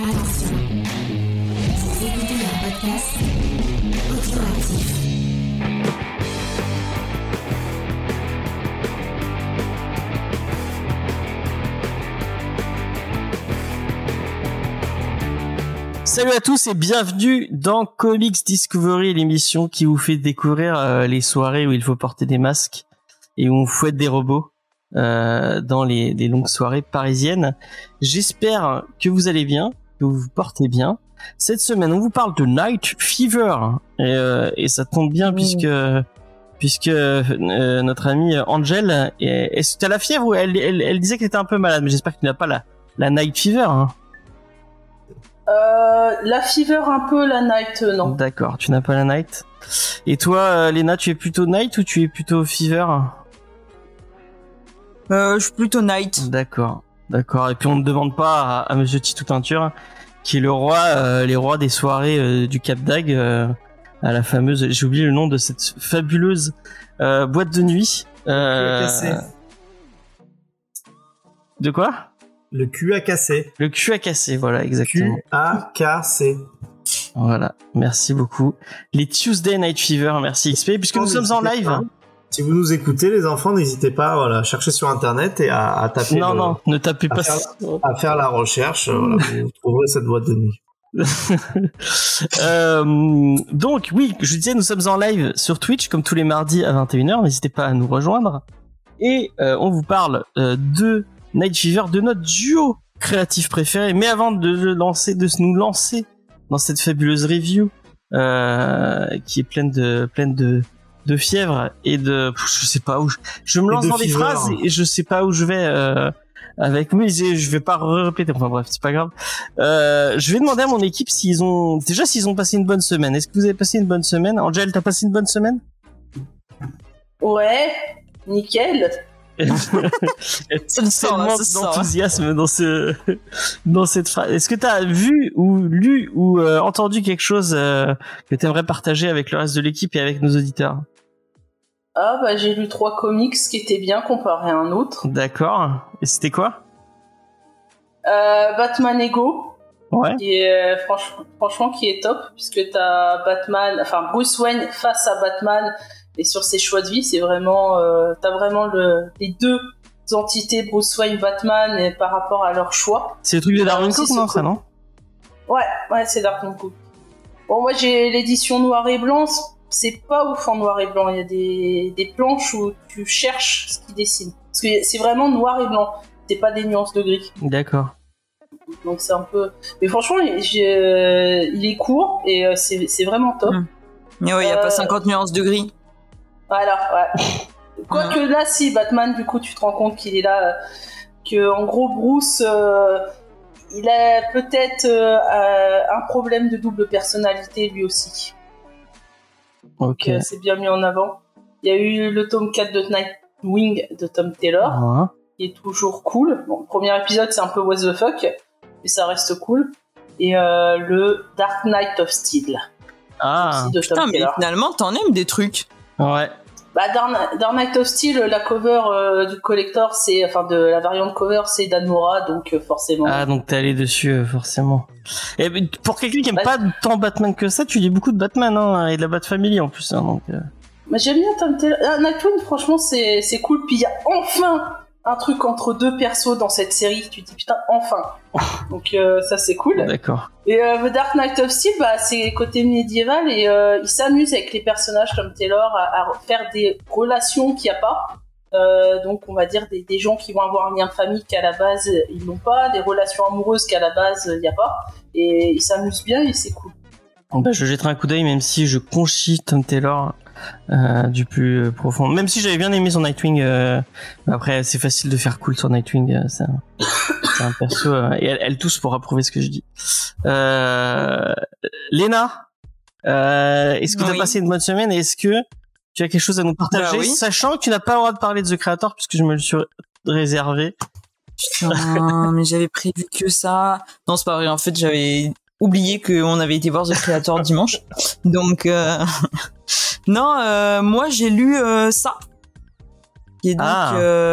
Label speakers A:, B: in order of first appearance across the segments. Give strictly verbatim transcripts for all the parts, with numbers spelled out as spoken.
A: Attention, vous écoutez un podcast audioactif.
B: Salut à tous et bienvenue dans Comics Discovery, l'émission qui vous fait découvrir euh, les soirées où il faut porter des masques et où on fouette des robots euh, dans les, les longues soirées parisiennes. J'espère que vous allez bien, que vous vous portez bien. Cette semaine, on vous parle de Night Fever et, euh, et ça tombe bien mmh. puisque puisque euh, notre amie Angel, est-ce que tu as la fièvre ou elle, elle, elle disait qu'elle était un peu malade, mais j'espère que tu n'as pas la, la Night Fever, hein.
C: Euh, la fever un peu, la night euh, non.
B: D'accord, tu n'as pas la night. Et toi, euh, Léna, tu es plutôt night ou tu es plutôt fever?
D: Euh, je suis plutôt night.
B: D'accord, d'accord. Et puis on ne demande pas à, à Monsieur Titou Teinture, qui est le roi, euh, les rois des soirées euh, du Cap d'Agde, euh, à la fameuse, j'ai oublié le nom de cette fabuleuse euh, boîte de nuit. Euh, de quoi?
E: Le cul a cassé.
B: Le cul a cassé, voilà, exactement.
E: Q A K C.
B: Voilà, merci beaucoup. Les Tuesday Night Fever, merci X P, puisque nous sommes en live. Pas.
E: Si vous nous écoutez, les enfants, n'hésitez pas à voilà, chercher sur Internet et à, à taper...
B: Non,
E: le,
B: non, ne tapez
E: à
B: pas...
E: Faire, à faire la recherche, voilà, vous trouverez cette boîte de nuit.
B: euh, donc, oui, je disais, nous sommes en live sur Twitch, comme tous les mardis à vingt et une heures, n'hésitez pas à nous rejoindre. Et euh, on vous parle euh, de... Night Fever, de notre duo créatif préféré. Mais avant de lancer, de nous lancer dans cette fabuleuse review euh, qui est pleine de pleine de de fièvre et de je sais pas où je, je me lance dans des phrases et je sais pas où je vais euh, avec mais je vais pas répéter. Enfin bref, c'est pas grave. Euh, je vais demander à mon équipe s'ils ont déjà s'ils ont passé une bonne semaine. Est-ce que vous avez passé une bonne semaine? Angel, t'as passé une bonne semaine?
C: Ouais, nickel.
B: Ça tellement d'enthousiasme dans ce dans cette phrase. Est-ce que t'as vu ou lu ou euh, entendu quelque chose euh, que t'aimerais partager avec le reste de l'équipe et avec nos auditeurs?
C: Ah bah j'ai lu trois comics qui étaient bien comparés à un autre.
B: D'accord. Et c'était quoi?
C: euh, Batman Ego.
B: Ouais.
C: Qui est, franchement, franchement qui est top puisque t'as Batman, enfin Bruce Wayne face à Batman. Et sur ses choix de vie, c'est vraiment, euh, t'as vraiment le, les deux entités, Bruce Wayne, Batman, et par rapport à leur choix.
B: C'est le truc de Darwin Cook, non, ça, non?
C: Ouais, ouais, c'est Darwin Cook. Bon, moi, j'ai l'édition noir et blanc, c'est pas ouf en noir et blanc. Il y a des, des planches où tu cherches ce qu'il dessine. Parce que c'est vraiment noir et blanc. C'est pas des nuances de gris.
B: D'accord.
C: Donc c'est un peu... Mais franchement, j'ai, il est court et c'est, c'est vraiment top.
D: Mmh. Mais ouais, il y a euh... pas cinquante nuances de gris.
C: Voilà, ouais. Quoique là, si, Batman, du coup, tu te rends compte qu'il est là, que en gros, Bruce, euh, il a peut-être euh, un problème de double personnalité, lui aussi.
B: Ok.
C: Donc, euh, c'est bien mis en avant. Il y a eu le tome quatre de Nightwing de Tom Taylor,
B: uh-huh.
C: qui est toujours cool. Bon, le premier épisode, c'est un peu what the fuck, mais ça reste cool. Et euh, le Dark Knight of Steel.
B: Ah,
C: de
D: putain, mais finalement, t'en aimes des trucs.
B: Ouais.
C: Bah, Dark, Dark Knight of Steel, la cover euh, du collector, c'est, enfin, de la variante cover, c'est Dan Mora, donc euh, forcément.
B: Ah, donc t'es allé dessus, euh, forcément. Et pour quelqu'un qui aime bah, pas tant Batman que ça, tu lis beaucoup de Batman, hein, et de la Bat-Family en plus, hein, donc. Euh...
C: Bah, j'aime bien Tom Taylor. Ah, Nightwing, franchement, c'est, c'est cool. Puis il y a enfin un truc entre deux persos dans cette série. Tu te dis putain, enfin. Donc euh, ça, c'est cool.
B: D'accord.
C: Et euh, The Dark Knight of Steel, bah, c'est côté médiéval et euh, il s'amuse avec les personnages comme Taylor à, à faire des relations qu'il n'y a pas. Euh, donc on va dire des, des gens qui vont avoir un lien de famille qu'à la base ils n'ont pas, des relations amoureuses qu'à la base il n'y a pas. Et il s'amuse bien et c'est cool.
B: Bah, je jetterai un coup d'œil même si je conchis Tom Taylor euh, du plus euh, profond. Même si j'avais bien aimé son Nightwing, euh, après c'est facile de faire cool sur Nightwing. Euh, c'est, un, c'est un perso euh, et elle, elle tousse pour approuver ce que je dis. Euh, Léna, euh, est-ce que oui. tu as passé une bonne semaine et est-ce que tu as quelque chose à nous partager, bah oui. Sachant que tu n'as pas le droit de parler de The Creator puisque je me le suis réservé.
D: Putain, mais j'avais prévu que ça. Non, c'est pas vrai. En fait, j'avais oublié qu'on avait été voir The Creator dimanche. Donc, euh... non, euh, moi j'ai lu euh, ça. Et donc, ah. euh...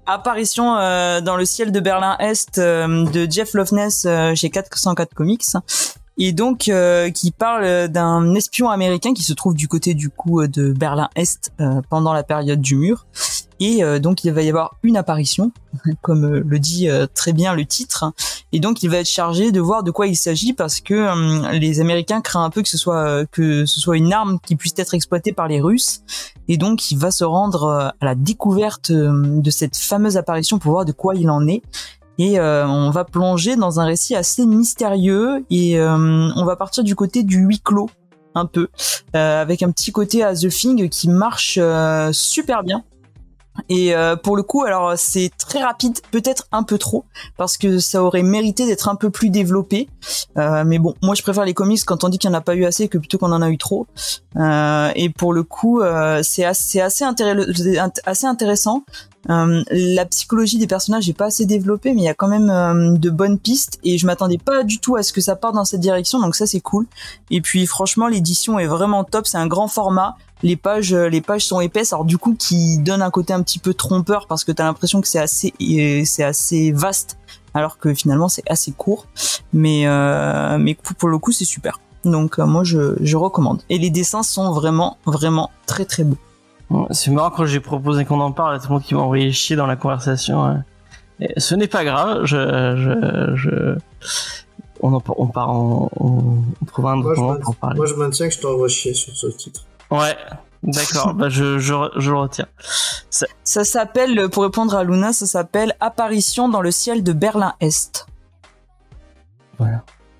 D: apparition euh, dans le ciel de Berlin-Est euh, de Jeff Loveness euh, chez quatre cent quatre Comics. Et donc euh, qui parle d'un espion américain qui se trouve du côté du coup de Berlin-Est euh, pendant la période du mur. Et euh, donc il va y avoir une apparition, comme euh, le dit euh, très bien le titre. Et donc il va être chargé de voir de quoi il s'agit parce que euh, les Américains craignent un peu que ce soit euh, que ce soit une arme qui puisse être exploitée par les Russes. Et donc il va se rendre euh, à la découverte euh, de cette fameuse apparition pour voir de quoi il en est. Et euh, on va plonger dans un récit assez mystérieux et euh, on va partir du côté du huis clos un peu, euh, avec un petit côté à The Thing qui marche euh, super bien. Et euh, pour le coup, alors c'est très rapide, peut-être un peu trop, parce que ça aurait mérité d'être un peu plus développé. Euh, mais bon, moi je préfère les comics quand on dit qu'il n'y en a pas eu assez que plutôt qu'on en a eu trop. Euh, et pour le coup, euh, c'est assez, assez, intéress- assez intéressant. Euh, la psychologie des personnages est pas assez développée, mais il y a quand même euh, de bonnes pistes et je m'attendais pas du tout à ce que ça parte dans cette direction, donc ça c'est cool. Et puis franchement, l'édition est vraiment top, c'est un grand format. Les pages, les pages sont épaisses, alors du coup qui donne un côté un petit peu trompeur parce que t'as l'impression que c'est assez, c'est assez vaste, alors que finalement c'est assez court. Mais euh, mais pour le coup c'est super. Donc euh, moi je je recommande. Et les dessins sont vraiment vraiment très très beaux.
B: C'est marrant quand j'ai proposé qu'on en parle, tout le monde qui m'a envoyé chier dans la conversation. Et ce n'est pas grave, je, je, je... on en on part, on, on trouvera un autre moment pour en parler.
E: Moi je maintiens que je t'envoie chier sur ce titre.
B: Ouais, d'accord, bah je, je, je le retiens.
D: Ça... ça s'appelle, pour répondre à Luna, ça s'appelle Apparition dans le ciel de Berlin-Est.
B: Voilà.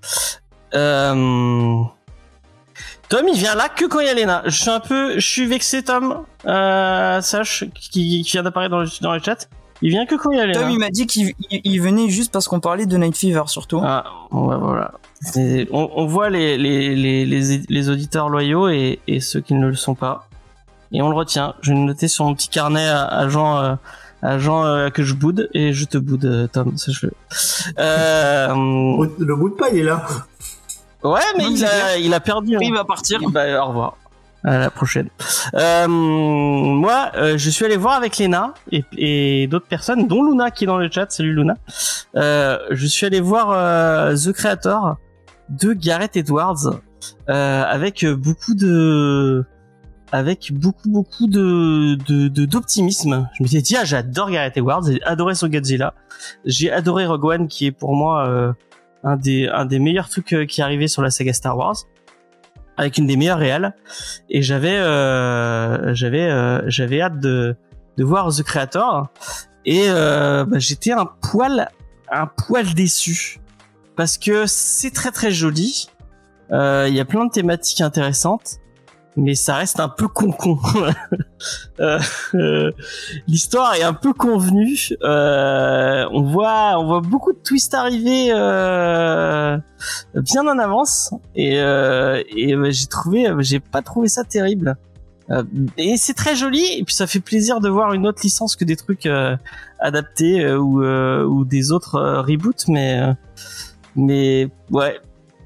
B: Euh... Tom, il vient là que quand il y a Léna. Je suis un peu, je suis vexé, Tom. Euh, sache, qui, qui vient d'apparaître dans le, dans le chat. Il vient que quand il y a Léna.
D: Tom, il m'a dit qu'il il, il venait juste parce qu'on parlait de Night Fever, surtout.
B: Ah, ouais, voilà. Et on, on voit les, les, les, les, les auditeurs loyaux et, et ceux qui ne le sont pas. Et on le retient. Je vais le noter sur mon petit carnet à, à Jean, euh, à Jean euh, que je boude. Et je te boude, Tom, sache-le. Euh,
E: le boude pas, il est là.
B: Ouais, mais non, il, a, il a perdu.
D: Il va partir.
B: Bah, au revoir. À la prochaine. Euh, moi, euh, je suis allé voir avec Léna et, et d'autres personnes, dont Luna qui est dans le chat. Salut Luna. Euh, je suis allé voir euh, The Creator de Gareth Edwards euh, avec beaucoup de, avec beaucoup beaucoup de, de, de d'optimisme. Je me suis dit ah j'adore Gareth Edwards, j'ai adoré son Godzilla, j'ai adoré Rogue One qui est pour moi euh, un des un des meilleurs trucs euh, qui est arrivé sur la saga Star Wars, avec une des meilleures réales, et j'avais euh, j'avais euh, j'avais hâte de de voir The Creator, et euh, bah, j'étais un poil un poil déçu parce que c'est très très joli, il euh, y a plein de thématiques intéressantes, mais ça reste un peu con-con. euh, euh, l'histoire est un peu convenue. Euh, on voit, on voit beaucoup de twists arriver euh, bien en avance, et, euh, et euh, j'ai trouvé, j'ai pas trouvé ça terrible. Euh, et c'est très joli, et puis ça fait plaisir de voir une autre licence que des trucs euh, adaptés euh, ou euh, ou des autres euh, reboots, mais euh, mais ouais,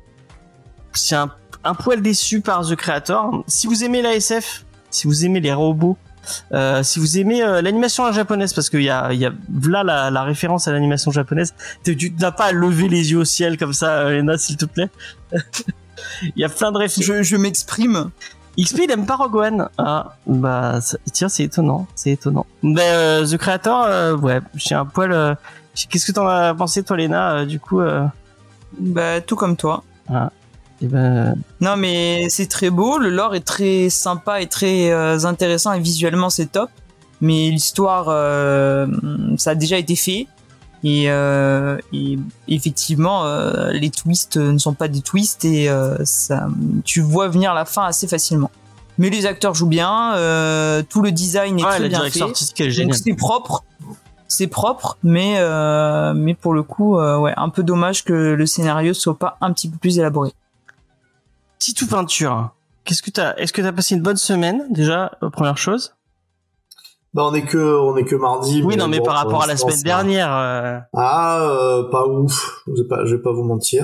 B: c'est un un poil déçu par The Creator. Si vous aimez la S F, si vous aimez les robots, euh, si vous aimez euh, l'animation japonaise, parce qu'il y a, il y a là la, la référence à l'animation japonaise, tu n'as pas à lever les yeux au ciel comme ça, Léna, s'il te plaît. Il y a plein de références.
D: Je, je m'exprime.
B: X P il aime pas Rogue One. Ah bah ça, tiens, c'est étonnant, c'est étonnant. Ben euh, The Creator, euh, ouais, j'ai un poil. Euh, qu'est-ce que t'en as pensé toi, Léna, euh, du coup euh...
D: Bah tout comme toi.
B: Ah. Et ben...
D: Non mais c'est très beau, le lore est très sympa et très euh, intéressant et visuellement c'est top, mais l'histoire euh, ça a déjà été fait et, euh, et effectivement euh, les twists ne sont pas des twists et euh, ça, tu vois venir la fin assez facilement. Mais les acteurs jouent bien, euh, tout le design est
B: ouais,
D: très bien fait,
B: est
D: donc c'est propre. C'est propre, mais euh, mais pour le coup, euh, ouais, un peu dommage que le scénario soit pas un petit peu plus élaboré.
B: Titou Peinture, qu'est-ce que t'as, est-ce que t'as passé une bonne semaine déjà, euh, première chose?
E: Bah on est que on est que mardi.
B: Oui, mais non, mais
E: bon,
B: par rapport à la semaine
E: ça...
B: dernière. Euh...
E: Ah, euh, pas ouf. Je vais pas, je vais pas vous mentir.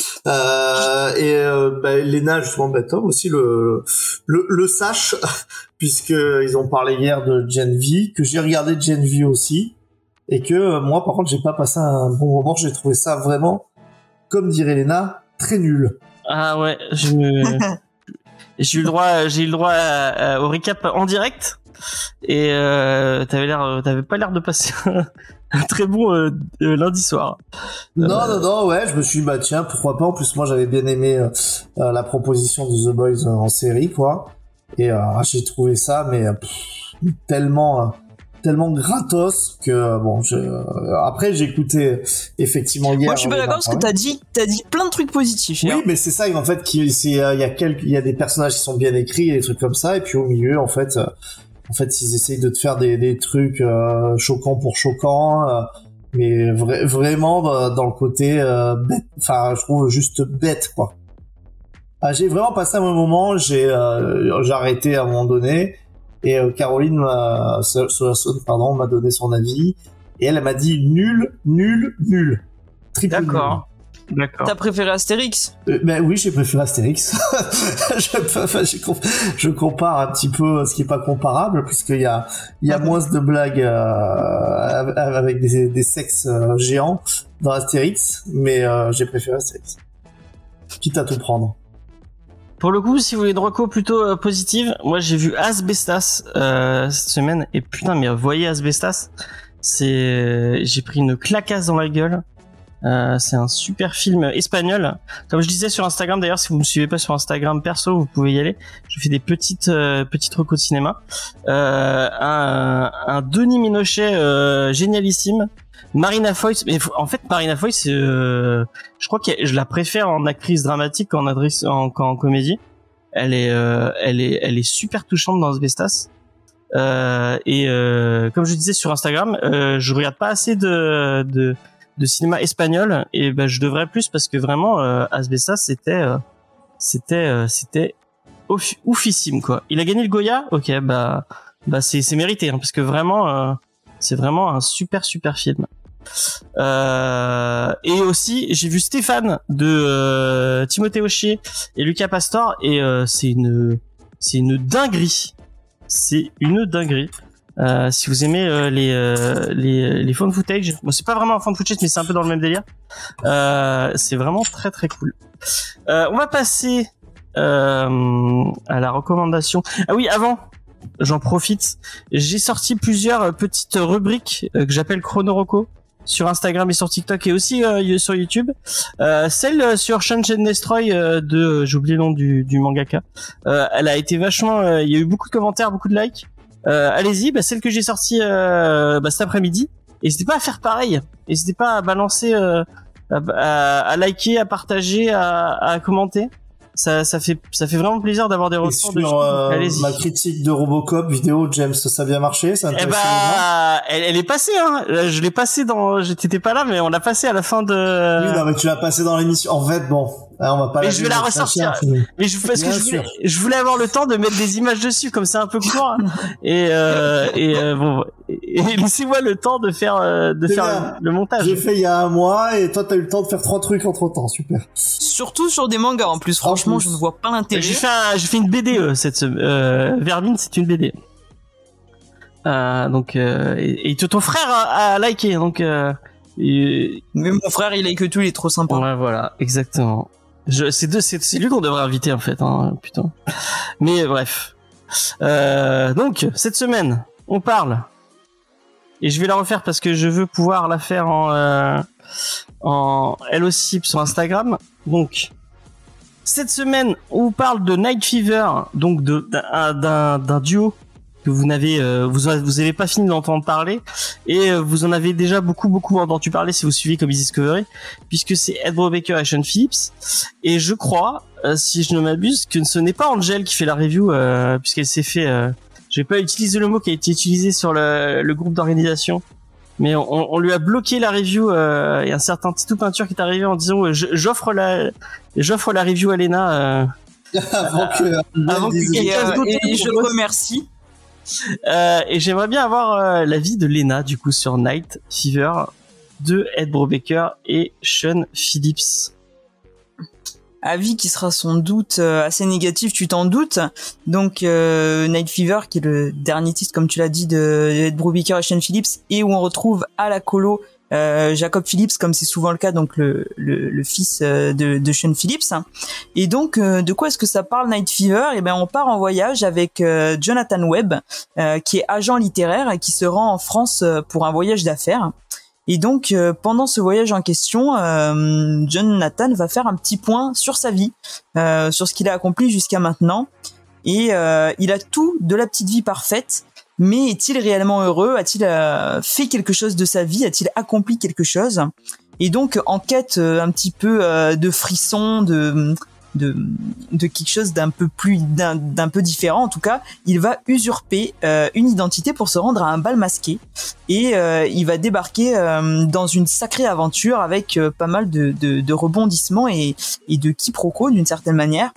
E: Euh, et euh, bah, Léna justement, bah, Tom aussi le le, le sache puisque ils ont parlé hier de Gen V, que j'ai regardé Gen V aussi. et que euh, moi par contre j'ai pas passé un bon moment, j'ai trouvé ça vraiment, comme dirait Léna, très nul.
B: Ah ouais, je me... j'ai eu le droit, j'ai eu le droit à, à, au récap en direct et euh, t'avais l'air, t'avais pas l'air de passer un, un très bon euh, euh, lundi soir.
E: Non,
B: euh...
E: non, non, ouais, je me suis dit, bah tiens, pourquoi pas. En plus, moi, j'avais bien aimé euh, euh, la proposition de The Boys euh, en série, quoi. Et euh, j'ai trouvé ça, mais pff, tellement, euh, tellement gratos que euh, bon. Je... Euh, après, j'ai écouté effectivement hier.
D: Moi, je suis pas d'accord parce que t'as dit, t'as dit plein de trucs positifs.
E: Oui,
D: hein.
E: mais c'est ça. En fait, il y a, il y a quelques, il y a des personnages qui sont bien écrits, et des trucs comme ça, et puis au milieu, en fait. Euh, En fait, ils essayent de te faire des, des trucs euh, choquants pour choquants, euh, mais vra- vraiment euh, dans le côté euh, bête. Enfin, je trouve juste bête, quoi. Ah, j'ai vraiment passé un bon moment. J'ai, euh, j'ai arrêté à un moment donné, et euh, Caroline, m'a, pardon, m'a donné son avis, et elle, elle m'a dit nul, nul, nul. Triple
B: D'accord.
E: nul.
B: D'accord.
D: T'as préféré Astérix?
E: Euh, ben oui, j'ai préféré Astérix. je, enfin, je, je compare un petit peu ce qui est pas comparable, puisqu'il y a, il y a moins de blagues euh, avec des, des sexes euh, géants dans Astérix, mais euh, j'ai préféré Astérix. Quitte à tout prendre.
B: Pour le coup, si vous voulez une reco plutôt euh, positive, moi j'ai vu Asbestas euh, cette semaine et putain, mais voyez Asbestas, c'est, j'ai pris une clacasse dans la gueule. Euh, c'est un super film espagnol. Comme je disais sur Instagram, d'ailleurs, si vous me suivez pas sur Instagram perso, vous pouvez y aller. Je fais des petites euh, petites recos de cinéma. Euh, un, un Denis Ménochet euh, génialissime. Marina Foïs, mais en fait Marina Foïs, euh, je crois que je la préfère en actrice dramatique qu'en actrice en, qu'en comédie. Elle est, euh, elle est, elle est super touchante dans Asbestas. Euh, et euh, comme je disais sur Instagram, euh, je regarde pas assez de, de de cinéma espagnol et ben je devrais plus parce que vraiment euh, Asbestas c'était euh, c'était euh, c'était ouf, oufissime quoi. Il a gagné le Goya, ok bah bah c'est c'est mérité hein, parce que vraiment euh, c'est vraiment un super super film. Euh, et aussi j'ai vu Stéphane de euh, Timothée Hochet et Lucas Pastor et euh, c'est une c'est une dinguerie, c'est une dinguerie. Euh, si vous aimez euh, les euh, les les found footage, bon c'est pas vraiment un found footage mais c'est un peu dans le même délire. Euh, c'est vraiment très très cool. Euh, on va passer euh, à la recommandation. Ah oui, avant, j'en profite. J'ai sorti plusieurs petites rubriques euh, que j'appelle Chrono Roco sur Instagram et sur TikTok et aussi euh, sur YouTube. Euh, celle sur Shunchen Destroy euh, de, j'ai oublié le nom du du mangaka. Euh, elle a été vachement. Euh, il y a eu beaucoup de commentaires, beaucoup de likes. Euh, allez-y, bah, celle que j'ai sortie euh, bah, cet après-midi. N'hésitez pas à faire pareil. N'hésitez pas à balancer, euh, à, à, à liker, à partager, à, à commenter. Ça, ça fait, ça fait vraiment plaisir d'avoir des retours.
E: Et sur
B: de
E: euh,
B: allez-y.
E: Ma critique de Robocop vidéo, James, ça a bien marché, ça.
B: Eh bah, elle, elle est passée. Hein. Je l'ai passée dans. J'étais pas là, mais on l'a passée à la fin de.
E: Oui, non, mais tu l'as passée dans l'émission. En fait, bon, hein, on va pas.
B: Mais
E: la
B: je vais la ressortir. Mais je, parce que je voulais, je voulais avoir le temps de mettre des images dessus, comme c'est un peu court. et euh, et euh, bon, et, et laissez-moi le temps de faire euh, de
E: C'est
B: faire
E: bien.
B: le, le montage.
E: J'ai fait il y a un mois et toi t'as eu le temps de faire trois trucs entre temps, super.
D: Surtout sur des mangas en plus. Franchement,
E: En plus.
D: je ne vois pas l'intérêt.
B: J'ai fait un, j'ai fait une B D euh, cette semaine. Euh, Vermine, c'est une B D. Euh, donc euh, et, et ton frère a, a liké donc. Euh, et,
D: Mais mon frère, il est que tout, il est trop sympa.
B: ouais, voilà, exactement. Je, c'est, deux, c'est, c'est lui qu'on devrait inviter en fait, hein, putain. Mais bref. Euh, donc cette semaine, on parle. Et je vais la refaire parce que je veux pouvoir la faire en, euh, en elle aussi sur Instagram. Donc cette semaine, on vous parle de Night Fever, donc de d'un, d'un, d'un duo que vous n'avez euh, vous vous avez pas fini d'entendre parler et euh, vous en avez déjà beaucoup beaucoup entendu parler si vous suivez Comics Discovery, puisque c'est Ed Brubaker et Sean Phillips. Et je crois, euh, si je ne m'abuse, que ce n'est pas Angel qui fait la review, euh, puisqu'elle s'est fait euh, je vais pas utiliser le mot qui a été utilisé sur le, le groupe d'organisation, mais on, on lui a bloqué la review. Euh, et un certain Titou Peinture qui est arrivé en disant euh, j'offre la j'offre la review à Lena euh,
E: avant que,
B: avant que
E: dise-
D: Et, euh,
B: d'autre
D: et
B: le
D: je le
B: propose.
D: remercie.
B: Euh, et j'aimerais bien avoir euh, l'avis de Lena du coup sur Night Fever de Ed Brubaker et Sean Phillips.
D: avis qui sera sans doute euh, assez négatif, tu t'en doutes. Donc euh, Night Fever, qui est le dernier titre, comme tu l'as dit, de Ed Brubaker et Sean Phillips, et où on retrouve à la colo euh, Jacob Phillips, comme c'est souvent le cas, donc le, le, le fils euh, de, de Sean Phillips. Et donc, euh, de quoi est-ce que ça parle, Night Fever? Eh ben, on part en voyage avec euh, Jonathan Webb, euh, qui est agent littéraire et qui se rend en France euh, pour un voyage d'affaires. Et donc, euh, pendant ce voyage en question, euh, Jonathan va faire un petit point sur sa vie, euh, sur ce qu'il a accompli jusqu'à maintenant. Et euh, il a tout de la petite vie parfaite, mais est-il réellement heureux? A-t-il euh, fait quelque chose de sa vie? A-t-il accompli quelque chose? Et donc, en quête euh, un petit peu euh, de frisson, de... de de quelque chose d'un peu plus d'un d'un peu différent, en tout cas il va usurper euh, une identité pour se rendre à un bal masqué, et euh, il va débarquer euh, dans une sacrée aventure avec euh, pas mal de, de de rebondissements et et de quiproquos d'une certaine manière.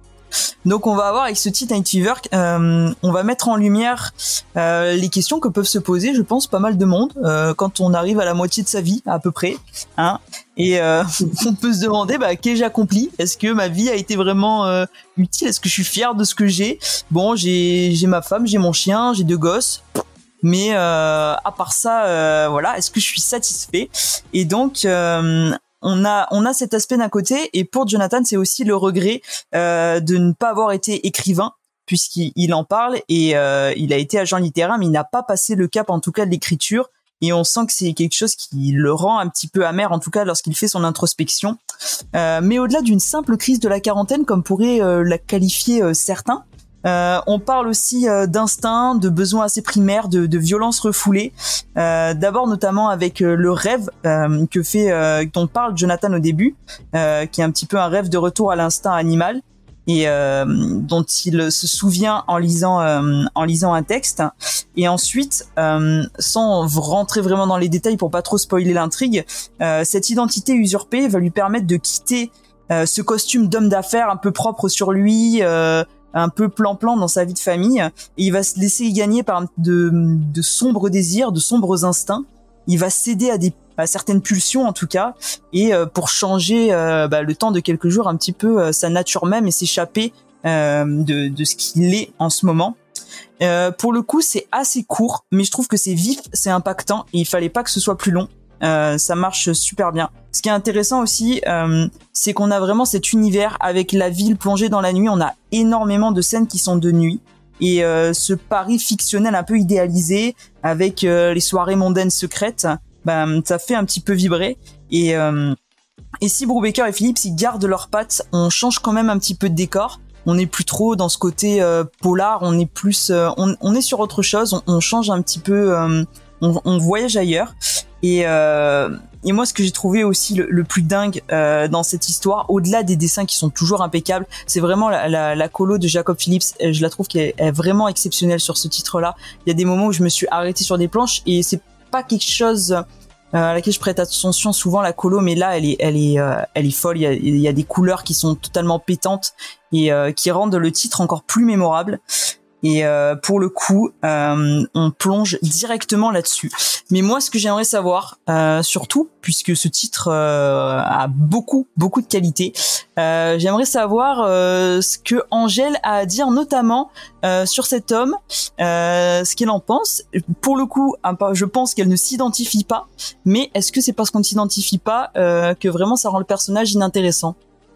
D: Donc on va avoir avec ce titre Night Fever, euh, on va mettre en lumière euh, les questions que peuvent se poser, je pense, pas mal de monde euh, quand on arrive à la moitié de sa vie à peu près, hein. Et euh, on peut se demander, bah, qu'ai-je accompli? Est-ce que ma vie a été vraiment euh, utile? Est-ce que je suis fier de ce que j'ai? Bon, j'ai j'ai ma femme, j'ai mon chien, j'ai deux gosses, mais euh, à part ça, euh, voilà, est-ce que je suis satisfait? Et donc euh, on a on a cet aspect d'un côté, et pour Jonathan c'est aussi le regret euh, de ne pas avoir été écrivain, puisqu'il il en parle, et euh, il a été agent littéraire mais il n'a pas passé le cap en tout cas de l'écriture, et on sent que c'est quelque chose qui le rend un petit peu amer, en tout cas lorsqu'il fait son introspection. Euh, mais au-delà d'une simple crise de la quarantaine comme pourraient euh, la qualifier euh, certains, Euh, on parle aussi euh, d'instinct, de besoins assez primaires, de, de violence refoulée. Euh, d'abord notamment avec euh, le rêve euh, que fait, euh, dont parle Jonathan au début, euh, qui est un petit peu un rêve de retour à l'instinct animal, et euh, dont il se souvient en lisant euh, en lisant un texte. Et ensuite, euh, sans rentrer vraiment dans les détails pour pas trop spoiler l'intrigue, euh, cette identité usurpée va lui permettre de quitter euh, ce costume d'homme d'affaires un peu propre sur lui, euh, un peu plan-plan dans sa vie de famille, et il va se laisser gagner par de, de sombres désirs, de sombres instincts. Il va céder à des à certaines pulsions en tout cas, et euh, pour changer euh, bah, le temps de quelques jours un petit peu euh, sa nature même, et s'échapper euh, de, de ce qu'il est en ce moment. Euh, pour le coup, c'est assez court, mais je trouve que c'est vif, c'est impactant, et il fallait pas que ce soit plus long. Euh, ça marche super bien. Ce qui est intéressant aussi, euh, c'est qu'on a vraiment cet univers avec la ville plongée dans la nuit. On a énormément de scènes qui sont de nuit, et euh, ce Paris fictionnel un peu idéalisé avec euh, les soirées mondaines secrètes, ben ça fait un petit peu vibrer. Et euh, et si Brubaker et Phillips ils gardent leurs pattes, on change quand même un petit peu de décor. On n'est plus trop dans ce côté euh, polar, on est plus, euh, on, on est sur autre chose. On, on change un petit peu, euh, on, on voyage ailleurs. Et, euh, et moi, ce que j'ai trouvé aussi le, le plus dingue euh, dans cette histoire, au-delà des dessins qui sont toujours impeccables, c'est vraiment la, la, la colo de Jacob Phillips. Je la trouve qu'elle est, est vraiment exceptionnelle sur ce titre-là. Il y a des moments où je me suis arrêtée sur des planches, et c'est pas quelque chose euh, à laquelle je prête attention souvent, la colo, mais là, elle est, elle est, euh, elle est folle. Il y a, il y a des couleurs qui sont totalement pétantes, et euh, qui rendent le titre encore plus mémorable. Et euh, pour le coup, euh, on plonge directement là-dessus. Mais moi, ce que j'aimerais savoir, euh, surtout, puisque ce titre euh, a beaucoup, beaucoup de qualité, euh, j'aimerais savoir euh, ce que Angèle a à dire, notamment euh, sur cet homme, euh, ce qu'elle en pense. Pour le coup, je pense qu'elle ne s'identifie pas, mais est-ce que c'est parce qu'on ne s'identifie pas euh, que vraiment ça rend le personnage inintéressant ?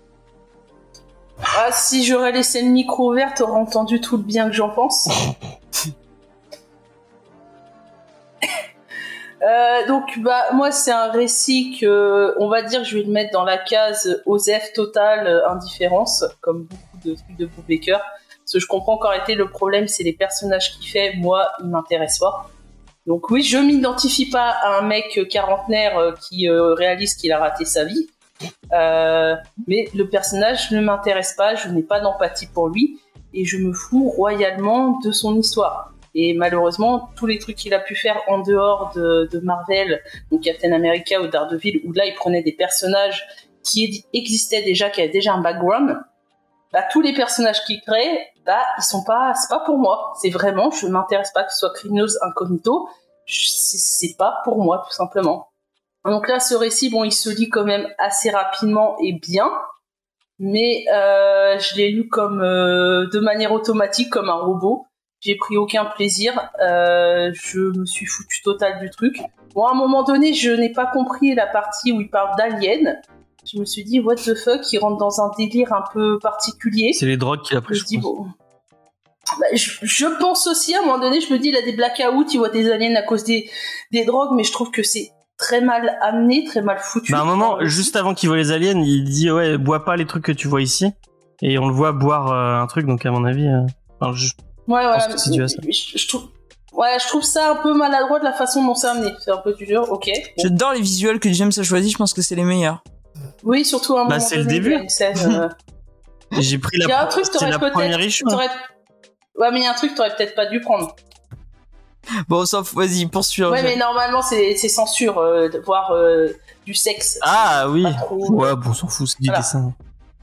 C: Ah, si j'aurais laissé le micro ouvert, t'aurais entendu tout le bien que j'en pense. euh, donc, bah, moi, c'est un récit que, on va dire, je vais le mettre dans la case Osef totale, euh, indifférence, comme beaucoup de trucs de Brubaker. Parce que je comprends qu'en réalité, le problème, c'est les personnages qu'il fait. Moi, ils m'intéressent pas. Donc oui, je m'identifie pas à un mec quarantenaire euh, qui euh, réalise qu'il a raté sa vie. Euh, mais le personnage ne m'intéresse pas, je n'ai pas d'empathie pour lui, et je me fous royalement de son histoire. Et malheureusement, tous les trucs qu'il a pu faire en dehors de, de Marvel, donc Captain America ou Daredevil, où là il prenait des personnages qui existaient déjà, qui avaient déjà un background, bah tous les personnages qu'il crée, bah ils sont pas, c'est pas pour moi. C'est vraiment, je m'intéresse pas que ce soit Criminals Incognito, c'est, c'est pas pour moi tout simplement. Donc là, ce récit, bon, il se lit quand même assez rapidement et bien. mais euh, je l'ai lu comme euh, de manière automatique, comme un robot. J'ai pris aucun plaisir. Euh, je me suis foutu total du truc. Bon, à un moment donné, je n'ai pas compris la partie où il parle d'aliens. Je me suis dit, what the fuck, il rentre dans un délire un peu particulier.
B: C'est les drogues qu'il a pris.
C: Je, je dis, bon. Bah, je, je pense aussi, à un moment donné, je me dis, il a des blackouts, il voit des aliens à cause des, des drogues, mais je trouve que c'est très mal amené, très mal foutu.
B: Bah, à un moment, juste avant qu'il voit les aliens, il dit, ouais, bois pas les trucs que tu vois ici. Et on le voit boire euh, un truc, donc à mon avis, euh... enfin, je...
C: Ouais, voilà.
B: que si tu as ça.
C: Je, je trouve, ouais, je trouve ça un peu maladroit de la façon dont c'est amené. C'est un peu dur, ok. Bon.
D: J'adore les visuels que James a choisis, je pense que c'est les meilleurs.
C: Oui, surtout à un
B: bah,
C: moment
B: c'est
C: donné,
B: le début.
C: il y a une scène, euh...
B: J'ai pris la,
C: il y a un truc,
B: c'est la première issue.
C: T'aurais... Ouais, mais il y a un truc que t'aurais peut-être pas dû prendre.
D: Bon, sauf, vas-y, poursuis.
C: Ouais, mais normalement, c'est, c'est censure euh, de voir euh, du sexe.
B: Ah oui.
C: Trop...
B: Ouais, bon, on s'en fout, c'est du
C: voilà.
B: dessin.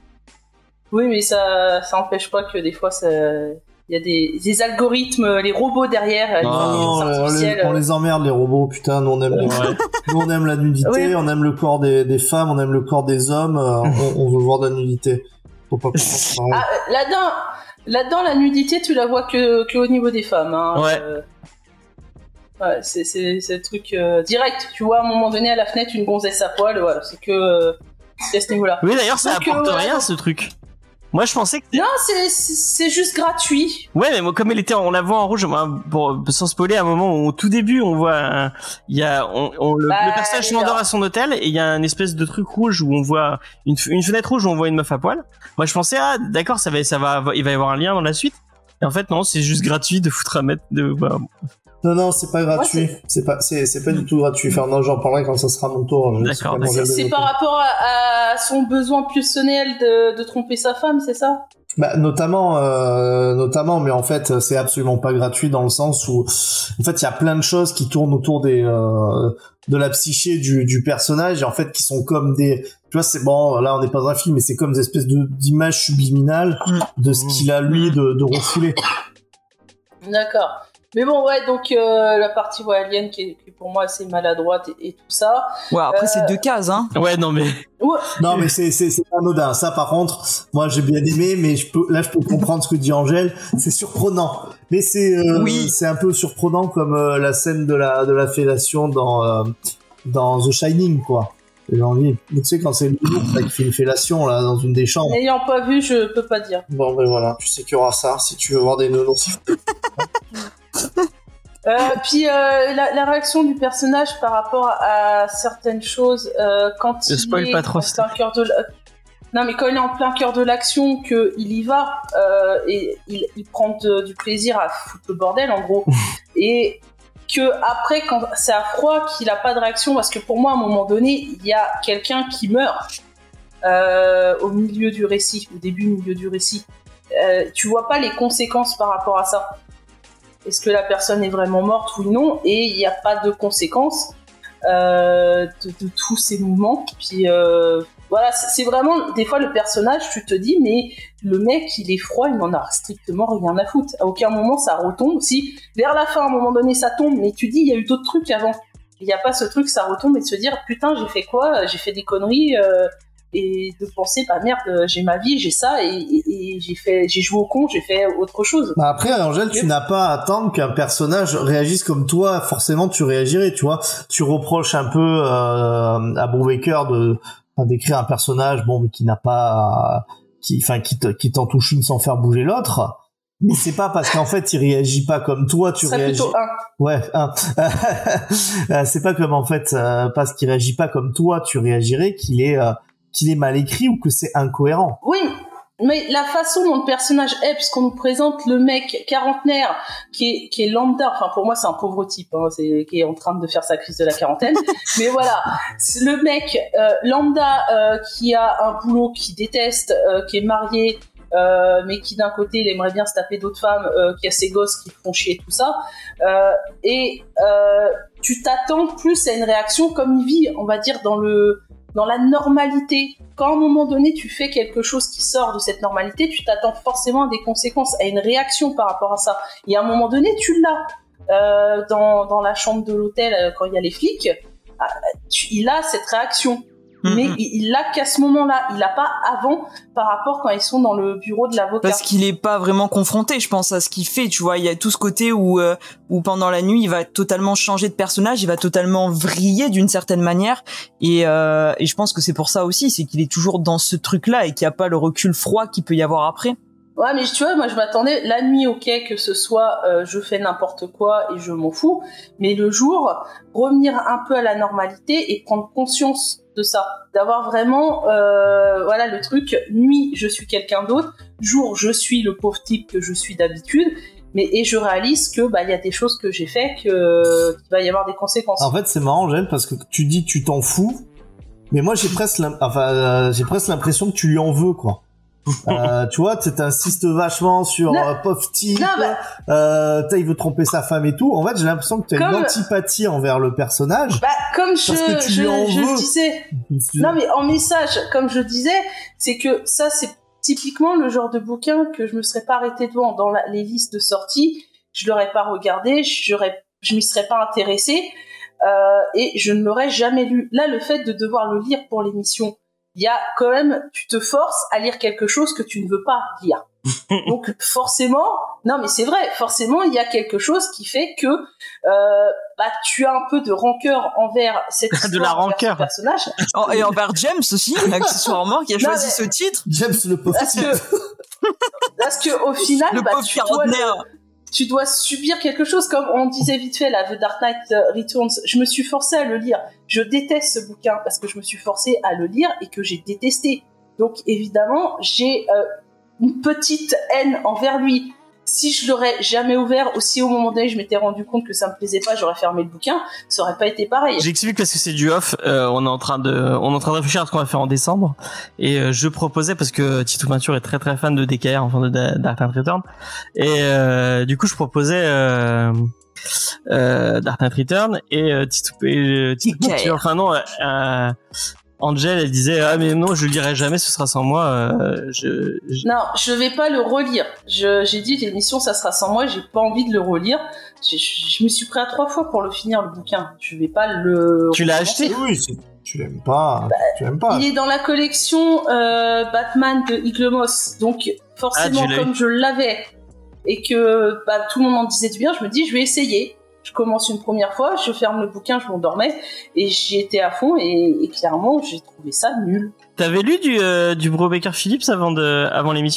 C: Oui, mais ça, ça empêche pas que des fois, ça... il y a des, des algorithmes, les robots derrière.
E: Non, non, on, les, on les emmerde les robots, putain. Nous on aime, les... nous, on aime la nudité, oui. On aime le corps des, des femmes, on aime le corps des hommes. on, on veut voir de la nudité. Faut pas comprendre.
C: Ah, là-dedans, là-dedans, la nudité, tu la vois que, que au niveau des femmes. Hein.
B: Ouais.
C: Euh... Ouais, c'est, c'est, c'est le truc euh, direct. Tu vois, à un moment donné, à la fenêtre, une gonzesse à poil. Voilà, c'est que euh, c'est à ce niveau-là.
B: Oui, d'ailleurs, ça
C: Donc,
B: apporte
C: euh,
B: rien,
C: ouais.
B: ce truc. Moi, je pensais que...
C: Non, c'est, c'est, c'est juste gratuit.
B: Ouais, mais moi, comme elle était, on la voit en rouge, moi, pour, sans spoiler, à un moment où, au tout début, on voit, il y a, on, on, le,
C: bah,
B: le personnage s'endort à son hôtel, et il y a une espèce de truc rouge où on voit, une, une fenêtre rouge où on voit une meuf à poil. Moi, je pensais, ah, d'accord, ça va, ça va, il va y avoir un lien dans la suite. Et en fait, non, c'est juste gratuit de foutre à mettre de, bah,
E: Non, non, c'est pas gratuit. Ouais, c'est... c'est pas, c'est, c'est pas du tout gratuit. Enfin, non, j'en parlerai quand ça sera mon tour.
B: D'accord.
C: C'est, c'est par rapport à, à son besoin personnel de, de tromper sa femme, c'est ça?
E: Bah, notamment, euh, notamment, mais en fait, c'est absolument pas gratuit dans le sens où, en fait, il y a plein de choses qui tournent autour des, euh, de la psyché du, du personnage et en fait, qui sont comme des, tu vois, c'est bon, là, on n'est pas dans un film, mais c'est comme des espèces de, d'images subliminales de ce qu'il a, lui, de, de refoulé.
C: D'accord. Mais bon, ouais, donc euh, la partie ouais, alien qui est, qui est pour moi assez maladroite et, et tout ça.
D: Ouais, après
C: euh...
D: c'est deux cases, hein.
B: Ouais, non mais.
C: Ouais.
E: Non, mais c'est c'est c'est pas anodin. Ça, par contre, moi j'ai bien aimé, mais je peux là je peux comprendre ce que dit Angèle. C'est surprenant, mais c'est euh,
D: oui.
E: c'est un peu surprenant comme euh, la scène de la de la fellation dans euh, dans The Shining, quoi. J'ai envie. Tu sais quand c'est le loup qui fait une fellation là dans une des chambres.
C: N'ayant pas vu, je peux pas dire.
E: Bon, ben voilà, tu sais qu'il y aura ça si tu veux voir des nounours.
C: Euh, puis euh, la, la réaction du personnage par rapport à certaines choses euh, quand
B: je
C: il
B: spoil
C: est
B: pas trop,
C: en plein cœur de la... non mais quand il est en plein cœur de l'action, que il y va euh, et il, il prend de, du plaisir à foutre le bordel en gros et que après quand c'est à froid qu'il a pas de réaction parce que pour moi à un moment donné il y a quelqu'un qui meurt euh, au milieu du récit, au début milieu du récit. Euh, tu vois pas les conséquences par rapport à ça. Est-ce que la personne est vraiment morte ou non? Et il n'y a pas de conséquences euh, de, de tous ces mouvements. Puis euh, voilà, c'est, c'est vraiment des fois le personnage, tu te dis mais le mec il est froid, il n'en a strictement rien à foutre. À aucun moment ça retombe. Si vers la fin à un moment donné ça tombe, mais tu dis il y a eu d'autres trucs avant. Il n'y a pas ce truc ça retombe et de se dire putain j'ai fait quoi? J'ai fait des conneries. Euh, et de penser bah merde j'ai ma vie j'ai ça et, et, et j'ai fait j'ai joué au con j'ai fait autre chose.
E: Bah après Angèle tu n'as pas à attendre qu'un personnage réagisse comme toi, forcément tu réagirais, tu vois. Tu reproches un peu euh, à Brubaker de enfin, d'écrire un personnage bon mais qui n'a pas qui enfin qui, te, qui t'en touche une sans faire bouger l'autre. Mais c'est pas parce qu'en fait il réagit pas comme toi, tu
C: ça
E: réagis.
C: Plutôt un.
E: Ouais, un. C'est pas comme en fait euh, parce qu'il réagit pas comme toi, tu réagirais qu'il est euh, qu'il est mal écrit ou que c'est incohérent.
C: Oui, mais la façon dont le personnage est, puisqu'on nous présente le mec quarantenaire qui est, qui est lambda, enfin pour moi c'est un pauvre type, hein, c'est, qui est en train de faire sa crise de la quarantaine, mais voilà, c'est le mec euh, lambda euh, qui a un boulot qu'il déteste, euh, qui est marié, euh, mais qui d'un côté il aimerait bien se taper d'autres femmes, euh, qui a ses gosses qui font chier tout ça, euh, et euh, tu t'attends plus à une réaction comme il vit, on va dire dans le dans la normalité. Quand à un moment donné tu fais quelque chose qui sort de cette normalité, tu t'attends forcément à des conséquences, à une réaction par rapport à ça. Et à un moment donné, tu l'as. Euh, dans, dans la chambre de l'hôtel, quand il y a les flics, tu, il a cette réaction. mmh. mais il, il l'a qu'à ce moment-là. Il l'a pas avant par rapport quand ils sont dans le bureau de l'avocat.
D: Parce qu'il est pas vraiment confronté, je pense, à ce qu'il fait. Tu vois, il y a tout ce côté où, euh, où pendant la nuit, il va totalement changer de personnage, il va totalement vriller d'une certaine manière. Et, euh, et je pense que c'est pour ça aussi, c'est qu'il est toujours dans ce truc-là et qu'il n'y a pas le recul froid qu'il peut y avoir après.
C: Ouais, mais tu vois, moi je m'attendais la nuit, ok, que ce soit euh, je fais n'importe quoi et je m'en fous, mais le jour, revenir un peu à la normalité et prendre conscience de ça, d'avoir vraiment, euh, voilà, le truc, nuit, je suis quelqu'un d'autre, jour, je suis le pauvre type que je suis d'habitude, mais et je réalise que bah il y a des choses que j'ai fait que qu'il va y avoir des conséquences.
E: En fait, c'est marrant, Angèle, parce que tu dis tu t'en fous, mais moi j'ai presque, l'im- enfin, euh, j'ai presque l'impression que tu lui en veux, quoi. euh, tu vois, tu t'insistes vachement sur euh, pauvre type, bah, euh, il veut tromper sa femme et tout. En fait, j'ai l'impression que tu as
C: comme,
E: une antipathie envers le personnage.
C: Bah, comme je,
E: que tu
C: je,
E: lui en
C: je
E: veux.
C: disais. Non, mais en message, comme je disais, c'est que ça, c'est typiquement le genre de bouquin que je me serais pas arrêté devant dans la, les listes de sortie. Je l'aurais pas regardé, j'aurais, je m'y serais pas intéressée, euh, et je ne l'aurais jamais lu. Là, le fait de devoir le lire pour l'émission, il y a quand même, tu te forces à lire quelque chose que tu ne veux pas lire. Donc forcément, non mais c'est vrai, forcément il y a quelque chose qui fait que euh, bah tu as un peu de rancœur envers cette histoire,
B: de la rancœur
C: personnage.
D: Oh, et envers James aussi, accessoirement, qui a
C: non,
D: choisi
C: mais...
D: ce titre.
E: James le pauvre
C: parce
E: type.
C: que parce que au final,
D: le
C: bah,
D: pauvre
C: tu dois
D: quarantenaire.
C: le... tu dois subir quelque chose, comme on disait vite fait là, The Dark Knight Returns. Je me suis forcée à le lire. Je déteste ce bouquin parce que je me suis forcée à le lire et que j'ai détesté. Donc évidemment, j'ai euh, une petite haine envers lui. Si je l'aurais jamais ouvert, aussi au moment donné, je m'étais rendu compte que ça me plaisait pas, j'aurais fermé le bouquin, ça aurait pas été pareil.
B: J'explique parce que c'est du off. Euh, on est en train de, on est en train de réfléchir à ce qu'on va faire en décembre. Et euh, je proposais, parce que Tito Peinture est très très fan de D K R, enfin de Dark Knight Return. Et euh, du coup, je proposais euh, euh, Dark Knight Return et euh, Tito, euh, Tito Peinture. Enfin non. Euh, Angel, elle disait ah mais non, je le lirai jamais, ce sera sans moi. Euh, je, je...
C: Non, je vais pas le relire. Je, j'ai dit l'émission ça sera sans moi, j'ai pas envie de le relire. Je, je, je me suis pris à trois fois pour le finir le bouquin. Je vais pas le.
B: Tu l'as acheté ?
E: Oui, c'est... tu l'aimes pas.
C: Bah,
E: tu l'aimes pas.
C: Il est dans la collection euh, Batman de Iglemoss, donc forcément ah, comme je l'avais et que bah, tout le monde en disait du bien, je me dis je vais essayer. Je commence une première fois, je ferme le bouquin, je m'endormais et j'y étais à fond et, et clairement j'ai trouvé ça nul.
B: T'avais lu du euh, du Brubaker Phillips avant de avant l'émission ?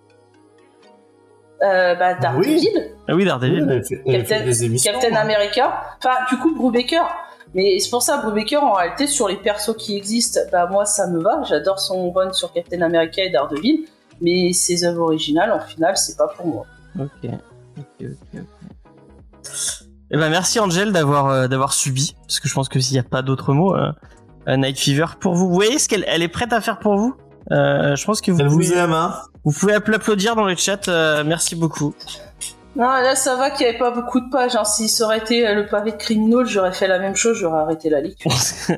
C: Euh, bah Daredevil.
B: Oui. Ah oui, Daredevil.
E: Oui, elle fait, elle
C: Captain,
E: fait des émissions,
C: Captain
E: hein.
C: America. Enfin, du coup Brubaker. Mais c'est pour ça Brubaker en réalité sur les persos qui existent, bah moi ça me va. J'adore son run sur Captain America et Daredevil, mais ses œuvres originales en finale c'est pas pour moi.
B: Ok. Ok. Ok. ok. Eh ben merci Angel d'avoir euh, d'avoir subi, parce que je pense que s'il n'y a pas d'autres mots, euh, euh, Night Fever pour vous. Vous voyez ce qu'elle elle est prête à faire pour vous. Euh, je pense que vous
E: elle
B: pouvez,
E: vous aime, hein.
B: Vous pouvez applaudir dans le chat. Euh, merci beaucoup.
C: Non, là ça va qu'il n'y avait pas beaucoup de pages. Hein. Si ça aurait été le pavé de Criminal, j'aurais fait la même chose, j'aurais arrêté la lecture.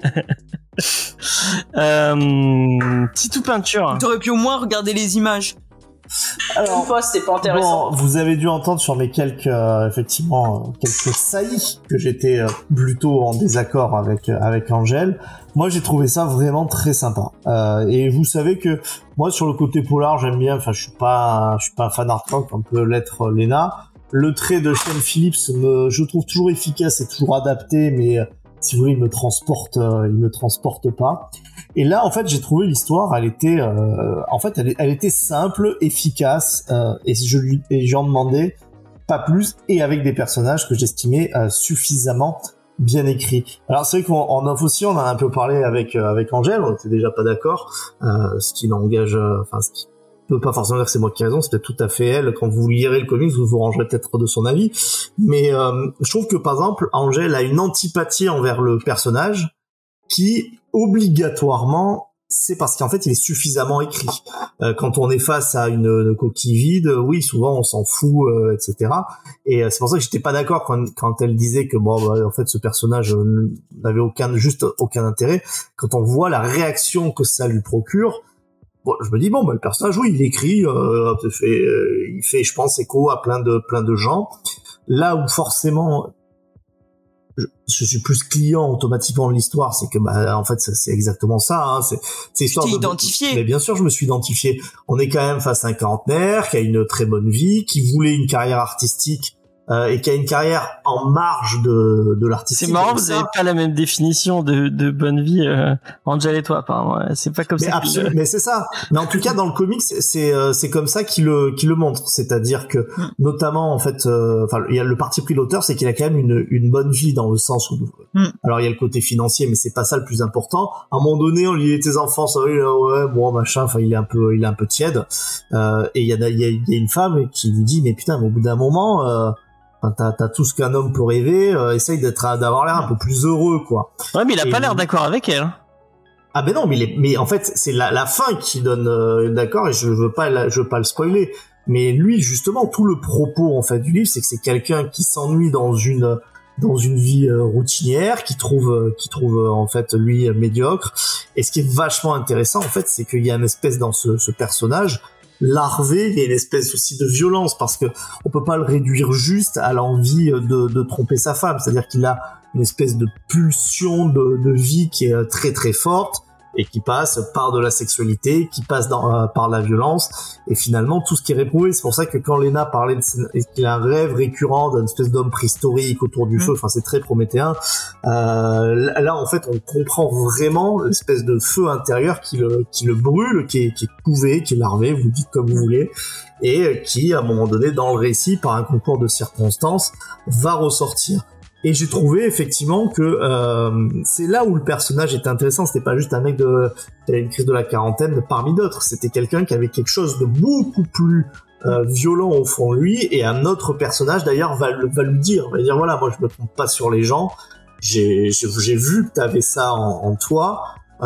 B: euh, Titou Peinture.
D: T'aurais pu au moins regarder les images.
C: Alors, une fois, c'était pas intéressant.
E: Bon, vous avez dû entendre sur mes quelques, euh, effectivement, quelques saillies que j'étais euh, plutôt en désaccord avec euh, avec Angel. Moi, j'ai trouvé ça vraiment très sympa. Euh, et vous savez que moi, sur le côté polar, j'aime bien. Enfin, je suis pas, je suis pas un fan hardcore comme peut l'être Lena. Le trait de Sean Phillips, me, je trouve toujours efficace et toujours adapté, mais euh, si vous voulez, il me transporte, euh, il me transporte pas. Et là, en fait, j'ai trouvé l'histoire, elle était, euh, en fait, elle, elle était simple, efficace, euh, et je lui, et j'en demandais pas plus, et avec des personnages que j'estimais euh, suffisamment bien écrits. Alors c'est vrai qu'en off aussi, on en a un peu parlé avec euh, avec Angèle, on était déjà pas d'accord, euh, ce qui n'engage, euh, enfin, ce qui peut pas forcément dire que c'est moi qui ai raison, c'est peut-être tout à fait elle. Quand vous lirez le comics, vous vous rangerez peut-être de son avis. Mais euh, je trouve que par exemple, Angèle a une antipathie envers le personnage qui obligatoirement, c'est parce qu'en fait il est suffisamment écrit. Euh, quand on est face à une, une coquille vide, oui, souvent on s'en fout, euh, et cetera. Et euh, c'est pour ça que j'étais pas d'accord quand, quand elle disait que bon, bah, en fait, ce personnage euh, n'avait aucun, juste aucun intérêt. Quand on voit la réaction que ça lui procure, bon, je me dis bon, bah, le personnage, oui, il écrit, euh, il fait, euh, il fait, je pense, écho à plein de, plein de gens. Là où forcément je, je suis plus client automatiquement de l'histoire, c'est que bah en fait c'est, c'est exactement ça. Hein, c'est c'est histoire
D: tu t'es
E: de,
D: identifié.
E: Mais bien sûr, je me suis identifié. On est quand même face à un quarantenaire qui a une très bonne vie, qui voulait une carrière artistique. Euh, et qui a une carrière en marge de, de l'artistique.
B: C'est marrant, vous n'avez pas la même définition de, de bonne vie, euh, Angel et toi, apparemment. C'est pas comme
E: mais
B: ça.
E: Absolument,
B: que...
E: Mais c'est ça. Mais en tout cas, dans le comics, c'est, c'est, euh, c'est comme ça qu'il le, qu'il le montre. C'est-à-dire que, mm. notamment, en fait, enfin, euh, il y a le parti pris de l'auteur, c'est qu'il a quand même une, une bonne vie dans le sens où, mm. alors il y a le côté financier, mais c'est pas ça le plus important. À un moment donné, on lui dit tes enfants, ça, oui, ouais, bon, machin, enfin, il est un peu, il est un peu tiède. Euh, et il y a, il y a, il y a une femme qui lui dit, mais putain, mais au bout d'un moment, euh, Enfin, t'as, t'as tout ce qu'un homme peut rêver, euh, essaye d'être, d'avoir l'air un peu plus heureux, quoi.
B: Ouais, mais il a
E: et
B: pas l'air d'accord avec elle.
E: Ah ben non, mais, les, mais en fait, c'est la, la fin qui donne euh, d'accord, et je veux pas, je veux pas le spoiler. Mais lui, justement, tout le propos en fait du livre, c'est que c'est quelqu'un qui s'ennuie dans une dans une vie euh, routinière, qui trouve, euh, qui trouve euh, en fait lui euh, médiocre. Et ce qui est vachement intéressant, en fait, c'est qu'il y a une espèce dans ce, ce personnage. Larvé, il y a une espèce aussi de violence parce que on peut pas le réduire juste à l'envie de, de tromper sa femme, c'est-à-dire qu'il a une espèce de pulsion de, de vie qui est très très forte et qui passe par de la sexualité, qui passe dans, euh, par la violence et finalement tout ce qui est réprouvé. C'est pour ça que quand Lena parlait de qu'il a un rêve récurrent d'une espèce d'homme préhistorique autour du mmh. feu, enfin c'est très prométhéen. Euh, là en fait on comprend vraiment l'espèce de feu intérieur qui le qui le brûle, qui est qui est couvé, qui est larvé, vous dites comme vous voulez, et qui à un moment donné dans le récit par un concours de circonstances va ressortir. Et j'ai trouvé effectivement que euh, c'est là où le personnage était intéressant. C'était pas juste un mec de qui avait une crise de la quarantaine parmi d'autres. C'était quelqu'un qui avait quelque chose de beaucoup plus euh, violent au fond de lui. Et un autre personnage d'ailleurs va, va lui dire, va lui dire voilà, moi je me trompe pas sur les gens. J'ai j'ai, j'ai vu que t'avais ça en, en toi.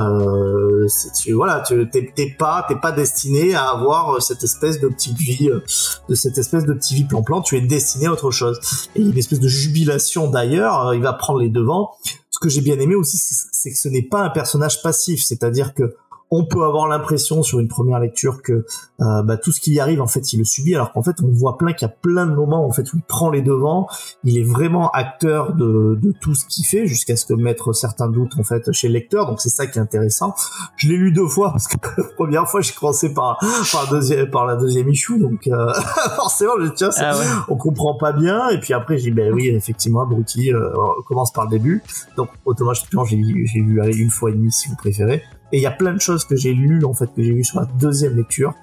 E: Euh, c'est, tu, voilà, tu t'es, t'es pas, t'es pas destiné à avoir cette espèce de petite vie, de cette espèce de petit vie plan-plan. Tu es destiné à autre chose. Et il y a une espèce de jubilation d'ailleurs. Il va prendre les devants. Ce que j'ai bien aimé aussi, c'est, c'est que ce n'est pas un personnage passif. C'est-à-dire que on peut avoir l'impression sur une première lecture que euh, bah, tout ce qui y arrive en fait il le subit, alors qu'en fait on voit plein qu'il y a plein de moments en fait où il prend les devants, il est vraiment acteur de, de tout ce qu'il fait jusqu'à ce que mettre certains doutes en fait chez le lecteur. Donc c'est ça qui est intéressant. Je l'ai lu deux fois parce que la première fois j'ai commencé par par deuxième par la deuxième issue, donc euh, forcément je tiens ah ouais. on comprend pas bien, et puis après j'ai dit ben oui effectivement Abruti euh, on commence par le début, donc automatiquement j'ai lu j'ai lu allez, une fois et demie si vous préférez. Et il y a plein de choses que j'ai lues, en fait, que j'ai vues sur la deuxième lecture.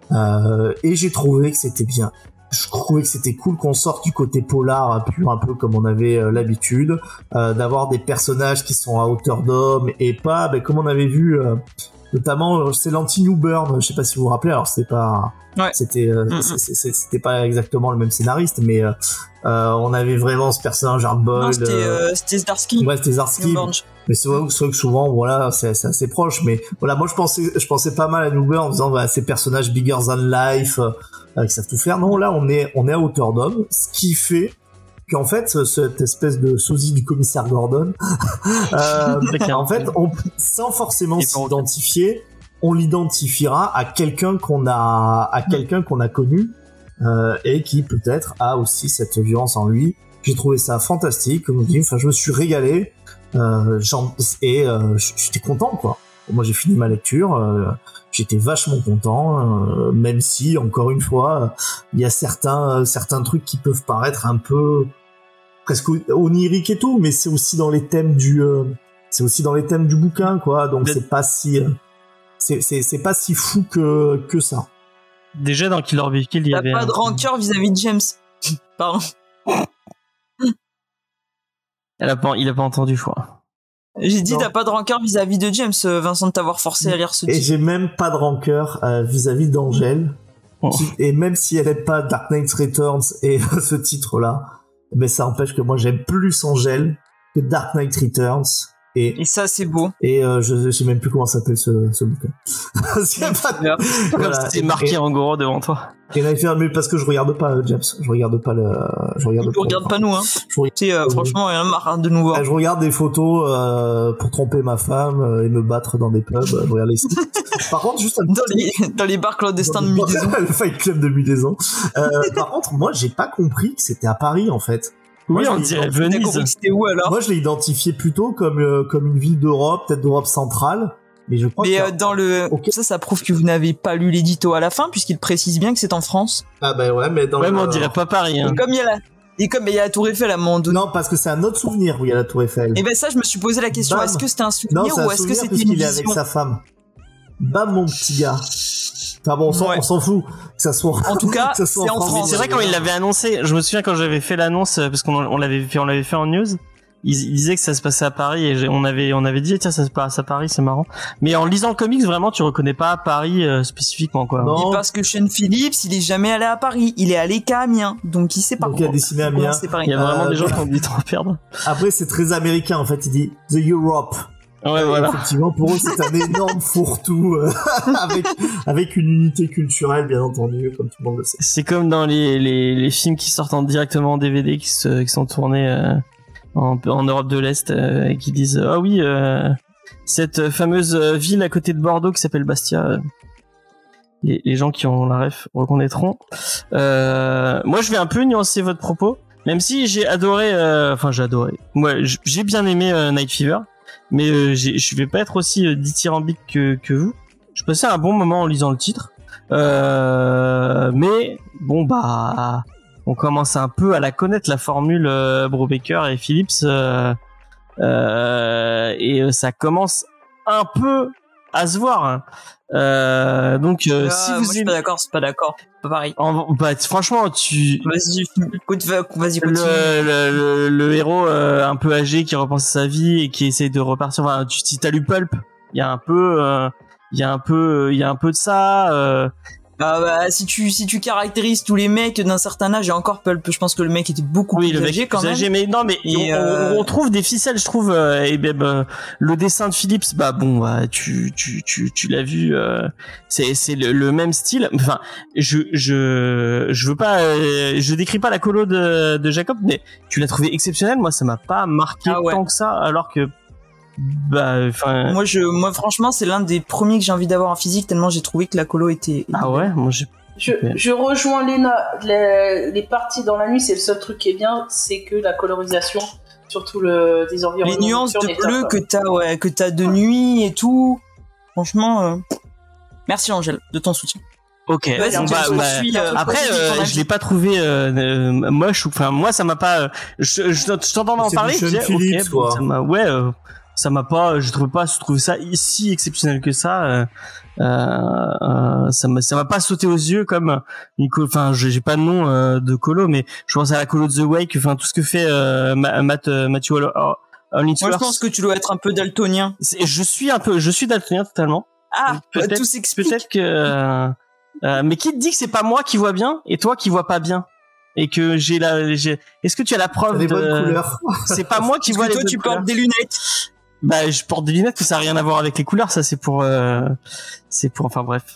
E: Euh, et j'ai trouvé que c'était bien. Je trouvais que c'était cool qu'on sorte du côté polar pur, un peu comme on avait euh, l'habitude, euh, d'avoir des personnages qui sont à hauteur d'homme et pas, ben, comme on avait vu, euh, notamment, c'est l'anti-New Burn, je sais pas si vous vous rappelez, alors c'était pas, ouais. c'était, euh, mm-hmm. c'est, c'est, c'était pas exactement le même scénariste, mais euh, euh, on avait vraiment ce personnage Hardboiled.
D: Non, c'était, euh, c'était Zdarsky.
E: Ouais, c'était Zdarsky. Mais c'est vrai, c'est vrai que souvent, voilà, c'est, c'est assez proche. Mais voilà, moi je pensais, je pensais pas mal à New Burn en disant, bah, ces personnages bigger than life, euh, qui savent tout faire. Non, là, on est, on est à hauteur d'homme, ce qui fait qu'en fait, cette espèce de sosie du commissaire Gordon, euh, en fait, on, sans forcément s'identifier, on l'identifiera à quelqu'un qu'on a, à quelqu'un qu'on a connu, euh, et qui peut-être a aussi cette violence en lui. J'ai trouvé ça fantastique, comme je dis, enfin, je me suis régalé, euh, et euh, j'étais content, quoi. Moi, j'ai fini ma lecture, euh, j'étais vachement content, euh, même si, encore une fois, il y a certains, certains trucs qui peuvent paraître un peu presque oniriques et tout, mais c'est aussi dans les thèmes du, euh, c'est aussi dans les thèmes du bouquin, quoi. Donc c'est pas si, euh, c'est, c'est, c'est pas si fou que que ça.
B: Déjà dans Killer Be Killed, il y avait
D: pas
B: un...
D: de rancœur vis-à-vis de James. Pardon.
B: Elle a pas, il a pas entendu, je crois.
D: J'ai dit,
E: non.
D: T'as pas de rancœur vis-à-vis de James, Vincent, de t'avoir forcé à lire ce titre.
E: Et j'ai même pas de rancœur euh, vis-à-vis d'Angèle. Oh. Qui, et même si elle aime pas Dark Knight Returns et ce titre-là, mais ça empêche que moi j'aime plus Angèle que Dark Knight Returns. Et,
D: et ça, c'est beau.
E: Et euh, je, je sais même plus comment s'appelle ce, ce bouquin. c'est pas...
B: voilà. C'est marqué et, en gros devant toi.
E: Et là, il fait, mais parce que je regarde pas euh, James, je regarde pas le, je regarde.
D: Tu regardes pas nous, hein. Je regarde... C'est euh, franchement, il y en a marre de nous voir.
E: Je regarde des photos euh, pour tromper ma femme euh, et me battre dans des pubs. Je regarde les sites. Par contre, juste un
D: dans les dans les bars clandestins de Mudaison.
E: Le Fight Club de Mudaison. Euh, par contre, moi, j'ai pas compris que c'était à Paris en fait.
B: Oui,
E: Moi,
B: on
E: je
B: dirait
E: l'ai-
D: T'as
B: Venise.
D: compris que c'était où alors?
E: Moi, je l'ai identifié plutôt comme euh, comme une ville d'Europe, peut-être d'Europe centrale, mais je crois
D: Mais
E: que
D: euh, dans le
E: Ok.
D: ça, ça prouve que vous n'avez pas lu l'édito à la fin puisqu'il précise bien que c'est en France.
E: ah ben ouais, mais dans
B: Ouais,
E: le...
B: mais on dirait pas Paris. Hein.
D: Et comme il y a la et comme il y a la Tour Eiffel à un moment donné.
E: Non, parce que c'est un autre souvenir où il y a la Tour Eiffel.
D: Et ben ça, je me suis posé la question.
E: Bam.
D: Est-ce que c'était un
E: Non,
D: souvenir
E: c'est un
D: ou est-ce que
E: souvenir
D: c'était une
E: puisqu'il est avec
D: vision?
E: sa femme. Bam, mon petit gars. Enfin bon, on s'en,
D: Ouais.
E: on s'en fout que ça soit.
D: En tout cas,
E: que ça soit
D: c'est en
B: Mais
D: France.
B: c'est vrai quand il l'avait annoncé, je me souviens quand j'avais fait l'annonce euh, parce qu'on on l'avait fait, on l'avait fait en news. Il, il disait que ça se passait à Paris et j'ai- on avait on avait dit tiens ça se passe à Paris, c'est marrant. Mais en lisant le comics vraiment tu reconnais pas Paris euh, spécifiquement quoi.
E: Non.
D: Et parce que Sean Phillips, il est jamais allé à Paris, il est allé qu'à Amiens, donc il sait pas.
E: Donc il a dessiné Amiens.
D: C'est Paris.
B: Il y a vraiment
E: Euh,
B: des gens qui ont du temps à perdre.
E: Après, c'est très américain en fait. Il dit The Europe.
B: Ouais
E: Et
B: voilà.
E: effectivement, pour eux, c'est un énorme fourre-tout euh, avec avec une unité culturelle, bien entendu, comme tout le monde le sait.
B: C'est comme dans les, les, les films qui sortent en, directement en D V D qui, se, qui sont tournés euh, en, en Europe de l'Est euh, et qui disent ah oui euh, cette fameuse ville à côté de Bordeaux qui s'appelle Bastia. euh, les, les gens qui ont la ref reconnaîtront. Euh, moi je vais un peu nuancer votre propos, même si j'ai adoré, euh, enfin j'ai adoré. Moi j- j'ai bien aimé euh, Night Fever, mais euh, j'ai- je vais pas être aussi euh, dithyrambique que, que vous. Je passais un bon moment en lisant le titre. Euh, mais bon bah on commence un peu à la connaître la formule euh, Brubaker et Phillips euh, euh, et euh, ça commence un peu à se voir hein. euh, donc euh,
D: Ah,
B: si
D: moi,
B: vous
D: je suis
B: aimez
D: pas d'accord, c'est pas d'accord, c'est pas pareil.
B: en- bah, franchement tu
D: Vas-y, écoute, va- vas-y,
B: le,
D: continue.
B: le, le, le héros euh, un peu âgé qui repense à sa vie et qui essaie de repartir enfin tu, si t'as lu Pulp il y a un peu euh, il y a un peu il y a un peu de ça euh,
D: Ah bah, si tu si tu caractérises tous les mecs d'un certain âge, et encore Pulp, je pense que le mec était beaucoup
B: oui,
D: plus
B: le mec
D: âgé quand
B: plus
D: même.
B: âgé, mais non, mais
D: Et
B: on,
D: euh,
B: on- on trouve des ficelles, je trouve. euh, et ben, ben, le dessin de Phillips, bah bon, bah, tu tu tu tu l'as vu, euh, c'est c'est le, le même style. Enfin, je je je veux pas, euh, je décris pas la colo de de Jacob, mais tu l'as trouvé exceptionnel. Moi, ça m'a pas marqué
D: Ah ouais.
B: tant que ça, alors que bah, enfin.
D: Moi, je, moi, franchement, c'est l'un des premiers que j'ai envie d'avoir en physique tellement j'ai trouvé que la colo était.
B: Ah ouais, moi j'ai.
C: Je,
B: Ok.
C: je rejoins Léna. Les, les parties dans la nuit, c'est le seul truc qui est bien, c'est que la colorisation, surtout le des environnements.
D: Les nuances de
C: nocturnes est
D: bleu
C: top.
D: que t'as, ouais, que t'as de nuit et tout. Franchement, euh, merci Angèle de ton soutien.
B: Ok.
D: Vas-y,
B: bon,
D: Angèle,
B: bah,
D: je
B: bah,
D: suis, euh,
B: après,
D: vas-y,
B: euh,
D: ton avis.
B: je l'ai pas trouvé euh, euh, moche ou enfin moi ça m'a pas. euh, je je, je t'entends en
E: C'est
B: parler.
E: du
B: Je
E: Sean
B: disais,
E: Phillips,
B: ok, bon,
E: quoi.
B: ça m'a ouais. euh, ça m'a pas. Je trouvais pas. Je trouvais ça si exceptionnel que ça. Euh, euh, euh, ça m'a ça m'a pas sauté aux yeux comme une co- enfin j'ai j'ai pas de nom euh, de colo mais je pense à la colo de The Wake enfin tout ce que fait euh, Ma- Matt euh, Matthew Hall-
D: Moi, je
B: Hollingsworth.
D: pense que tu dois être un peu daltonien.
B: C'est- je suis un peu je suis daltonien totalement.
D: Ah,
B: Peut-être-
D: tout s'explique.
B: Peut-être que euh, euh, mais qui te dit que c'est pas moi qui vois bien et toi qui vois pas bien et que j'ai la j'ai est-ce que tu as la preuve
E: Des
B: de
E: bonnes couleurs.
B: c'est pas moi qui
D: Parce
B: vois
D: que
B: les
D: toi,
B: bonnes
D: tu
B: couleurs.
D: portes des lunettes.
B: Bah, je porte des lunettes, mais ça a rien à voir avec les couleurs, ça c'est pour, euh, c'est pour, enfin bref.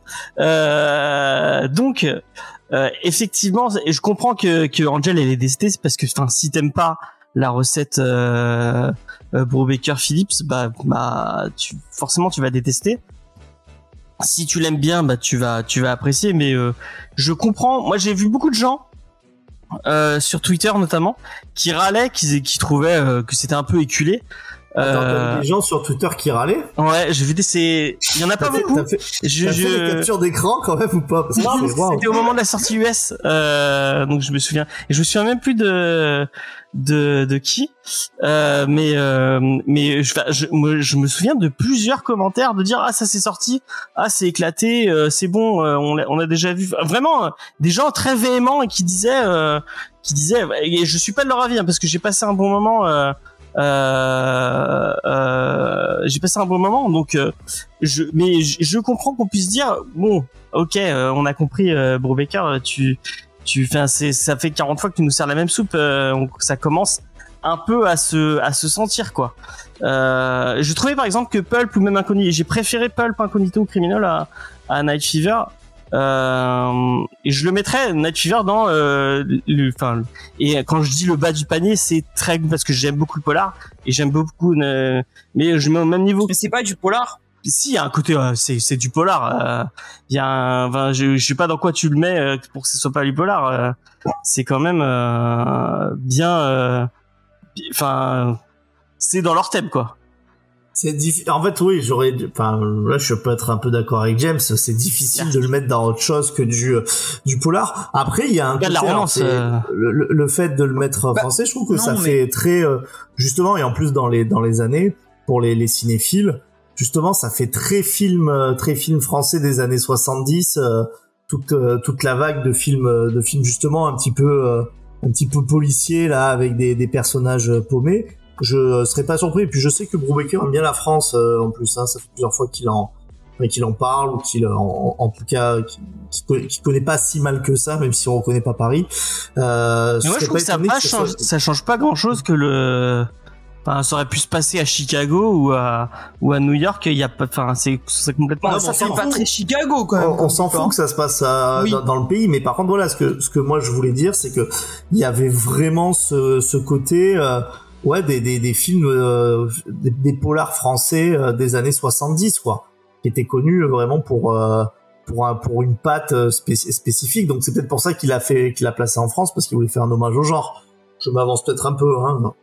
B: Euh, donc, euh, effectivement, et je comprends que que Angel elle est détestée, c'est parce que, enfin, si t'aimes pas la recette euh, euh, Brubaker Phillips, bah, bah, tu, forcément tu vas détester. Si tu l'aimes bien, bah tu vas, tu vas apprécier. Mais euh, je comprends. Moi, j'ai vu beaucoup de gens. Euh, sur Twitter notamment, qui râlaient, qui, qui trouvaient euh, que c'était un peu éculé.
E: Attends, t'as
B: Euh,
E: des gens sur Twitter qui râlaient.
B: ouais, j'ai vu des, c'est, il y en a pas
E: T'as fait,
B: beaucoup.
E: t'as fait,
B: Je,
E: t'as fait
B: je-
E: des captures d'écran quand même ou pas? Parce que
B: non, mais
E: c'est- waouh.
B: c'était au moment de la sortie U S, euh, donc je me souviens. Et je me souviens même plus de de, de qui, euh, mais euh, mais je, je, moi, je me souviens de plusieurs commentaires de dire ah ça c'est sorti, ah c'est éclaté, euh, c'est bon, euh, on l'a, on a déjà vu. Vraiment, euh, des gens très véhéments et qui disaient euh, qui disaient et je suis pas de leur avis hein, parce que j'ai passé un bon moment. Euh, euh, euh, j'ai passé un bon moment donc euh, je mais je, je comprends qu'on puisse dire bon ok euh, on a compris euh, Brubaker tu tu fais un- c'est ça fait quarante fois que tu nous sers la même soupe euh, on- ça commence un peu à se à se sentir quoi euh, je trouvais par exemple que Pulp ou même Incognito j'ai préféré Pulp Incognito ou Criminal à, à Night Fever euh, et je le mettrais Night Fever dans euh, le enfin et quand je dis le bas du panier c'est très parce que j'aime beaucoup le polar et j'aime beaucoup euh, mais je mets au même niveau
D: Mais c'est pas du polar.
B: si il y a un côté, euh, c'est c'est du polar. Il euh, y a un, enfin, je, je sais pas dans quoi tu le mets euh, pour que ce soit pas du polar. Euh, c'est quand même euh, bien. Enfin, euh, c'est dans leur thème quoi.
E: C'est difficile. En fait, oui, j'aurais. Enfin, là, je peux être un peu d'accord avec James. C'est difficile de le mettre dans autre chose que du du polar. Après, il y a un côté,
B: la romance, euh...
E: le, le fait de le mettre
D: bah,
E: français, je trouve que
D: non,
E: ça
D: mais...
E: fait très euh, justement, et en plus dans les dans les années pour les les cinéphiles, justement, ça fait très film très film français des années soixante-dix. Euh, toute euh, toute la vague de films de films justement un petit peu euh, un petit peu policiers là avec des des personnages paumés. Je serais pas surpris. Et puis je sais que Brubaker aime bien la France euh, en plus. Hein, ça fait plusieurs fois qu'il en qu'il en parle ou qu'il en, en tout cas qu'il, qu'il connaît pas si mal que ça, même si on reconnaît pas Paris. Euh,
B: Mais moi je trouve que ça, pas que change, soit... ça change pas grand chose que le. Enfin, ça aurait pu se passer à Chicago ou à ou à New York. Il y a pas. Enfin, c'est c'est complètement.
D: Non, ça fait pas très Chicago quand même.
E: On, on s'en fout que ça se passe à, oui. dans, dans le pays, mais par contre voilà, ce que ce que moi je voulais dire, c'est que il y avait vraiment ce ce côté. Euh, Ouais, des des des films euh, des, des polars français euh, des années soixante-dix quoi, qui étaient connus vraiment pour euh, pour un, pour une patte spéc- spécifique. Donc c'est peut-être pour ça qu'il a fait qu'il a placé en France, parce qu'il voulait faire un hommage au genre. Je m'avance peut-être un peu hein.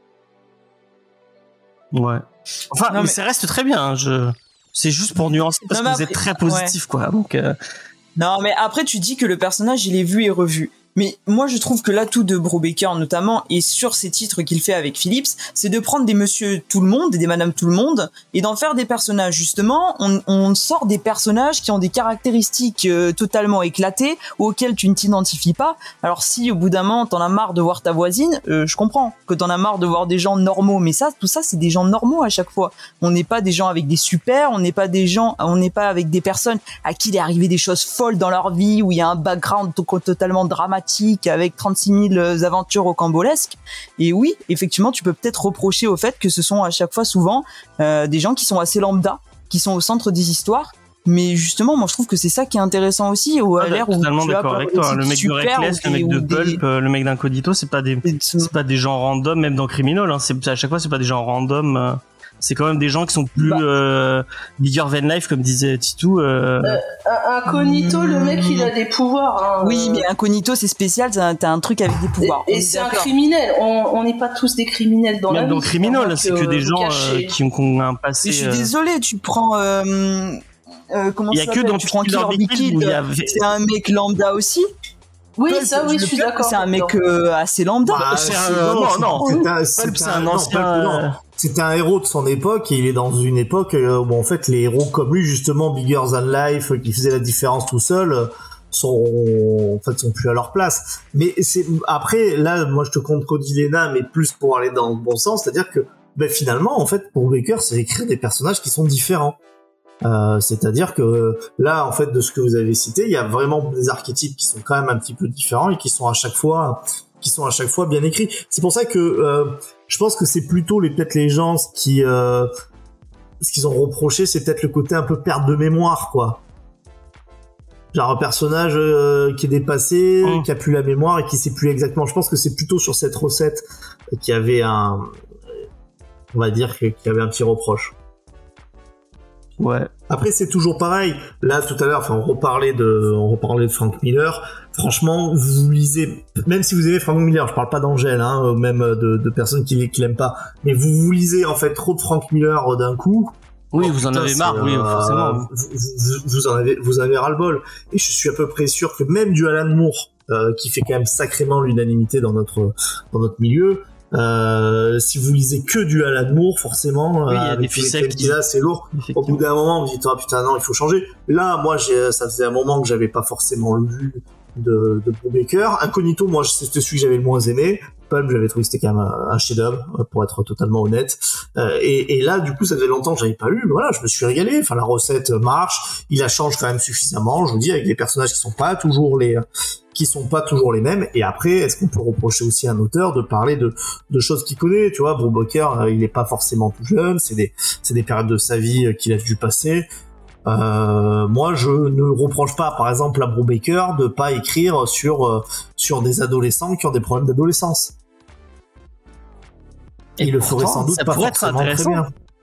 B: Ouais. Enfin, non, mais, mais ça reste très bien, hein. Je c'est juste pour nuancer parce non, que vous après... êtes très positif ouais. quoi. Donc euh...
D: Non, mais après tu dis que le personnage il est vu et revu. Mais moi, je trouve que l'atout de Brubaker, notamment, et sur ces titres qu'il fait avec Phillips, c'est de prendre des monsieur tout le monde et des madame tout le monde et d'en faire des personnages. Justement, on, on sort des personnages qui ont des caractéristiques euh, totalement éclatées auxquelles tu ne t'identifies pas. Alors si, au bout d'un moment, t'en as marre de voir ta voisine, euh, je comprends que t'en as marre de voir des gens normaux. Mais ça, tout ça, c'est des gens normaux à chaque fois. On n'est pas des gens avec des super, on n'est pas des gens, on n'est pas avec des personnes à qui il est arrivé des choses folles dans leur vie, où il y a un background to- totalement dramatique, avec trente-six mille aventures rocambolesques. Et oui, effectivement, tu peux peut-être reprocher au fait que ce sont à chaque fois souvent euh, des gens qui sont assez lambda, qui sont au centre des histoires. Mais justement, moi je trouve que c'est ça qui est intéressant aussi, où à
B: ah,
D: l'ère où
B: totalement
D: tu
B: d'accord
D: as
B: avec toi. Le mec de Reckless, le mec de Pulp, des... le mec d'Incognito, c'est pas des, c'est pas des gens random, même dans Criminal. Hein, c'est à chaque fois, c'est pas des gens random. Euh... C'est quand même des gens qui sont plus bah. euh, bigger than life, comme disait Titou. Euh...
C: Euh, Incognito, le mec, il a des pouvoirs. Hein.
D: Oui, mais Incognito, c'est spécial. T'as, t'as un truc avec des pouvoirs.
C: Et, et c'est d'accord. Un criminel. On n'est pas tous des criminels dans
B: Même
C: la
B: dans
C: vie.
B: Criminal, c'est que, que des gens euh, qui, ont, qui ont un passé.
D: Mais je suis désolé, tu prends. Euh, euh, comment
B: il y a
D: ça
B: que dans
D: tu prends Killer Be Killed. Avait... C'est un mec lambda aussi.
C: Oui,
D: Pulp,
C: ça, oui, je, je suis d'accord.
D: C'est un mec euh, assez lambda.
E: Bah,
B: c'est un, euh, non, non,
E: c'est un, c'est
B: Pulp, c'est
E: un,
B: un
E: non,
B: ancien.
E: Pulp, non. C'était un héros de son époque, et il est dans une époque où en fait les héros comme lui, justement, bigger than life, qui faisaient la différence tout seul, sont en fait sont plus à leur place. Mais c'est après là, moi je te contredis Léna, mais plus pour aller dans le bon sens, c'est-à-dire que ben finalement en fait pour Baker, c'est écrire des personnages qui sont différents. Euh, c'est-à-dire que là, en fait, de ce que vous avez cité, il y a vraiment des archétypes qui sont quand même un petit peu différents et qui sont à chaque fois, qui sont à chaque fois bien écrits. C'est pour ça que euh, je pense que c'est plutôt les peut-être les gens qui, euh, ce qu'ils ont reproché, c'est peut-être le côté un peu perte de mémoire, quoi. Genre un personnage euh, qui est dépassé, mmh. qui a plus la mémoire et qui sait plus exactement. Je pense que c'est plutôt sur cette recette qu'il y avait un, on va dire qu'il y avait un petit reproche.
B: Ouais.
E: Après c'est toujours pareil. Là tout à l'heure, enfin on reparlait de, on reparlait de Frank Miller. Franchement, vous lisez, même si vous aimez Frank Miller, je parle pas d'Angèle, hein, même de, de personnes qui, qui l'aiment pas, mais vous vous lisez en fait trop de Frank Miller d'un coup.
B: Oui,
E: oh,
B: vous
E: putain,
B: en avez marre, euh, oui, forcément.
E: Vous, vous, vous en avez, vous avez ras-le-bol. Et je suis à peu près sûr que même du Alan Moore, euh, qui fait quand même sacrément l'unanimité dans notre, dans notre milieu. Euh, si vous lisez que du Alan Moore, forcément,
B: oui, il y a
E: euh,
B: des ficelles qui
E: là, c'est lourd. Au bout d'un moment, vous dites ah putain non, il faut changer. Là, moi, j'ai, ça faisait un moment que j'avais pas forcément lu de, de Brubaker. Incognito, moi, c'était celui que j'avais le moins aimé. Pulp, j'avais trouvé que c'était quand même un, un chef-d'œuvre, pour être totalement honnête. Euh, et, et là, du coup, ça faisait longtemps que j'avais pas lu. Voilà, je me suis régalé. Enfin, la recette marche. Il la change quand même suffisamment. Je vous dis, avec des personnages qui sont pas toujours les, qui sont pas toujours les mêmes. Et après, est-ce qu'on peut reprocher aussi à un auteur de parler de, de choses qu'il connaît? Tu vois, Brubaker, il est pas forcément tout jeune. C'est des, c'est des périodes de sa vie qu'il a dû passer. Euh, moi, je ne reproche pas, par exemple, à Brubaker de pas écrire sur euh, sur des adolescents qui ont des problèmes d'adolescence. Et il le ferait sans doute
B: ça
E: pas
B: pourrait être
E: forcément
B: intéressant,
E: très bien.